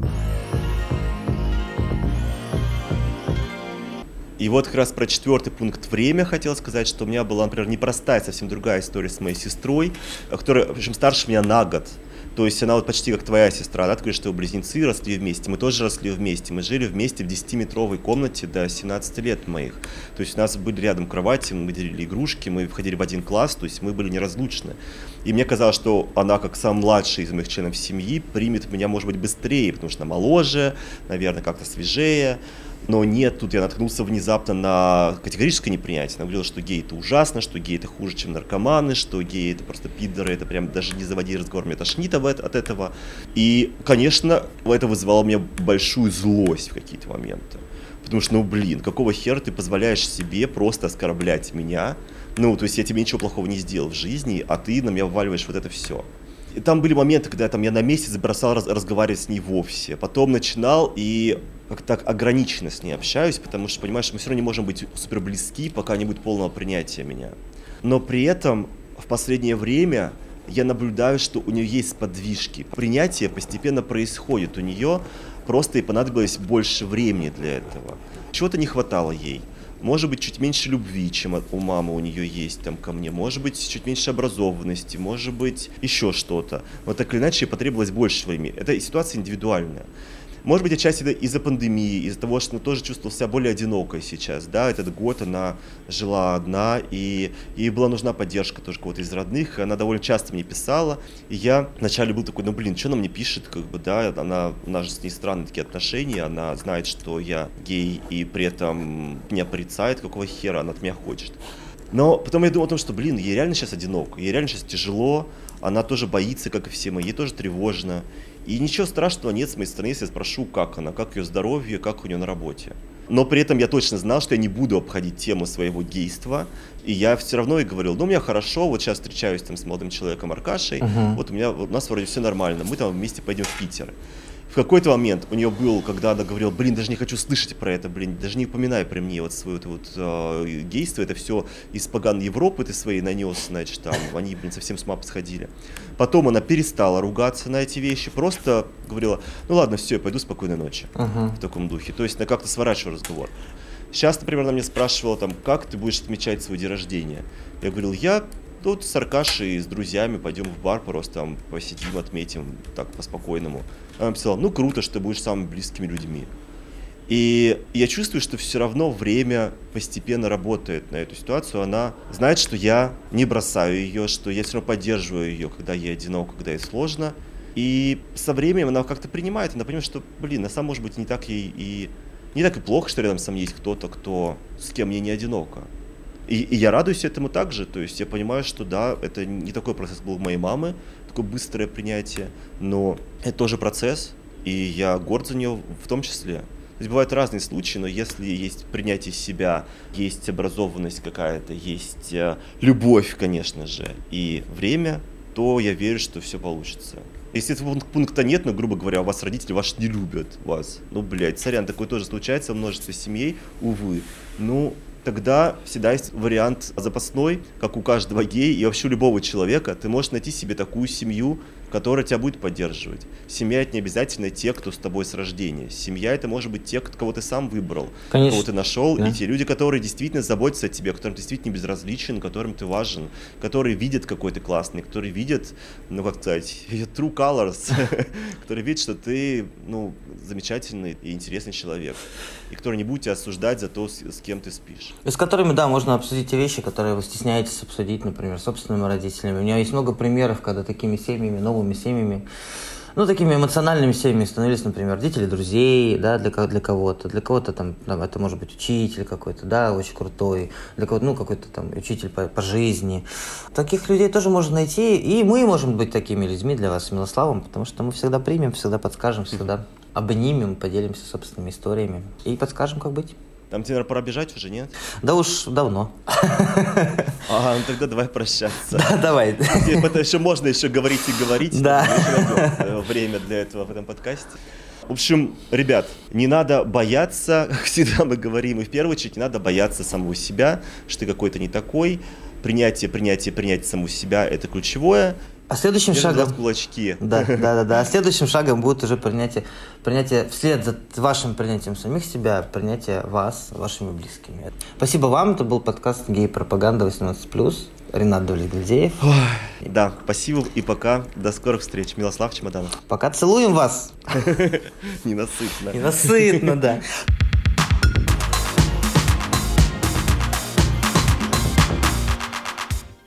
И вот как раз про 4-й пункт время хотел сказать, что у меня была, например, непростая, совсем другая история с моей сестрой, которая, причем, старше меня на год. То есть она вот почти как твоя сестра, да, ты говоришь, что вы близнецы, росли вместе. Мы тоже росли вместе. Мы жили вместе в 10-метровой комнате до 17 лет моих. То есть у нас были рядом кровати, мы делили игрушки, мы входили в один класс, то есть мы были неразлучны. И мне казалось, что она, как самый младший из моих членов семьи, примет меня, может быть, быстрее, потому что она моложе, наверное, как-то свежее. Но нет, тут я наткнулся внезапно на категорическое непринятие. Она говорила, что гей — это ужасно, что гей — это хуже, чем наркоманы, что гей — это просто пидоры, это прям даже не заводи разговор, меня тошнит от этого. И, конечно, это вызывало у меня большую злость в какие-то моменты. Потому что, какого хера ты позволяешь себе просто оскорблять меня? То есть я тебе ничего плохого не сделал в жизни, а ты на меня вываливаешь вот это все. И там были моменты, когда я на месяц бросал разговаривать с ней вовсе. Потом начинал и как-то так ограниченно с ней общаюсь, потому что, понимаешь, мы все равно не можем быть супер близки, пока не будет полного принятия меня. Но при этом в последнее время я наблюдаю, что у нее есть подвижки. Принятие постепенно происходит у нее, просто ей понадобилось больше времени для этого. Чего-то не хватало ей. Может быть, чуть меньше любви, чем у мамы у нее есть там ко мне. Может быть, чуть меньше образованности. Может быть, еще что-то. Но так или иначе, ей потребовалось больше времени. Это ситуация индивидуальная. Может быть, отчасти из-за пандемии, из-за того, что она тоже чувствовала себя более одинокой сейчас, да, этот год она жила одна, и ей была нужна поддержка тоже кого-то из родных, и она довольно часто мне писала, и я вначале был такой, что она мне пишет, да, у нас же с ней странные такие отношения, она знает, что я гей, и при этом меня порицает, какого хера она от меня хочет. Но потом я думал о том, что, ей реально сейчас одиноко, ей реально сейчас тяжело, она тоже боится, как и все мы, ей тоже тревожно. И ничего страшного нет с моей стороны, если я спрошу, как она, как ее здоровье, как у нее на работе. Но при этом я точно знал, что я не буду обходить тему своего гейства, и я все равно ей говорил, у меня хорошо, вот сейчас встречаюсь там с молодым человеком Аркашей, у нас вроде все нормально, мы там вместе пойдем в Питер. В какой-то момент у нее был, когда она говорила, блин, даже не хочу слышать про это, блин, даже не упоминай при мне вот свое гейство, это все из поган Европы ты своей нанес, значит, там, они, блин, совсем с ума сходили. Потом она перестала ругаться на эти вещи, просто говорила, ну ладно, все, я пойду, спокойной ночи, в таком духе. То есть она как-то сворачивала разговор. Сейчас, например, она меня спрашивала, там, как ты будешь отмечать свой день рождения? Я говорил, я тут с Аркашей, с друзьями пойдем в бар, просто там посидим, отметим, так, по-спокойному. Она написала, ну, круто, что ты будешь с самыми близкими людьми. И я чувствую, что все равно время постепенно работает на эту ситуацию. Она знает, что я не бросаю ее, что я все равно поддерживаю ее, когда ей одиноко, когда ей сложно. И со временем она как-то принимает, она понимает, что, блин, на самом может быть, не так и плохо, что рядом со мной есть кто-то, с кем мне не одиноко. И я радуюсь этому также, то есть я понимаю, что да, это не такой процесс был у моей мамы, такое быстрое принятие, но это тоже процесс, и я горд за нее в том числе. То есть бывают разные случаи, но если есть принятие себя, есть образованность какая-то, есть любовь, конечно же, и время, то я верю, что все получится. Если этого пункта нет, но, грубо говоря, у вас родители ваши не любят вас, ну, блядь, сорян, такое тоже случается в множестве семей, увы, ну, тогда всегда есть вариант запасной, как у каждого гея и вообще у любого человека. Ты можешь найти себе такую семью, которая тебя будет поддерживать. Семья — это не обязательно те, кто с тобой с рождения. Семья — это может быть те, кого ты сам выбрал, конечно, кого ты нашел, да. И те люди, которые действительно заботятся о тебе, которым ты действительно безразличен, которым ты важен, которые видят, какой ты классный, которые видят, ну, как сказать, true colors, которые видят, что ты, ну, замечательный и интересный человек, и которые не будут тебя осуждать за то, с кем ты спишь. И с которыми, да, можно обсудить те вещи, которые вы стесняетесь обсудить, например, с собственными родителями. У меня есть много примеров, когда такими семьями, новыми семьями, ну, такими эмоциональными семьями становились, например, родители друзей, да, для кого-то. Для кого-то там, это может быть учитель какой-то, да, очень крутой. Для кого-то, ну, какой-то там учитель по жизни. Таких людей тоже можно найти, и мы можем быть такими людьми для вас с Милославом, потому что мы всегда примем, всегда подскажем, всегда обнимем, поделимся собственными историями и подскажем, как быть. Там тебе, наверное, пора бежать уже, нет? Да уж давно. Ага, ну тогда давай прощаться. Да, давай. Это еще можно еще говорить и говорить. Да. Время для этого в этом подкасте. В общем, ребят, не надо бояться, как всегда мы говорим, и в первую очередь не надо бояться самого себя, что ты какой-то не такой. Принятие самого себя — это ключевое. А следующим шагом... кулачки. Да. А следующим шагом будет уже принятие вслед за вашим принятием самих себя, принятие вас, вашими близкими. Спасибо вам. Это был подкаст «Гей-пропаганда 18+». Ренат Давлетгильдеев. Да, спасибо и пока. До скорых встреч. Милослав Чемоданов. Пока, целуем вас. Ненасытно. Ненасытно, да.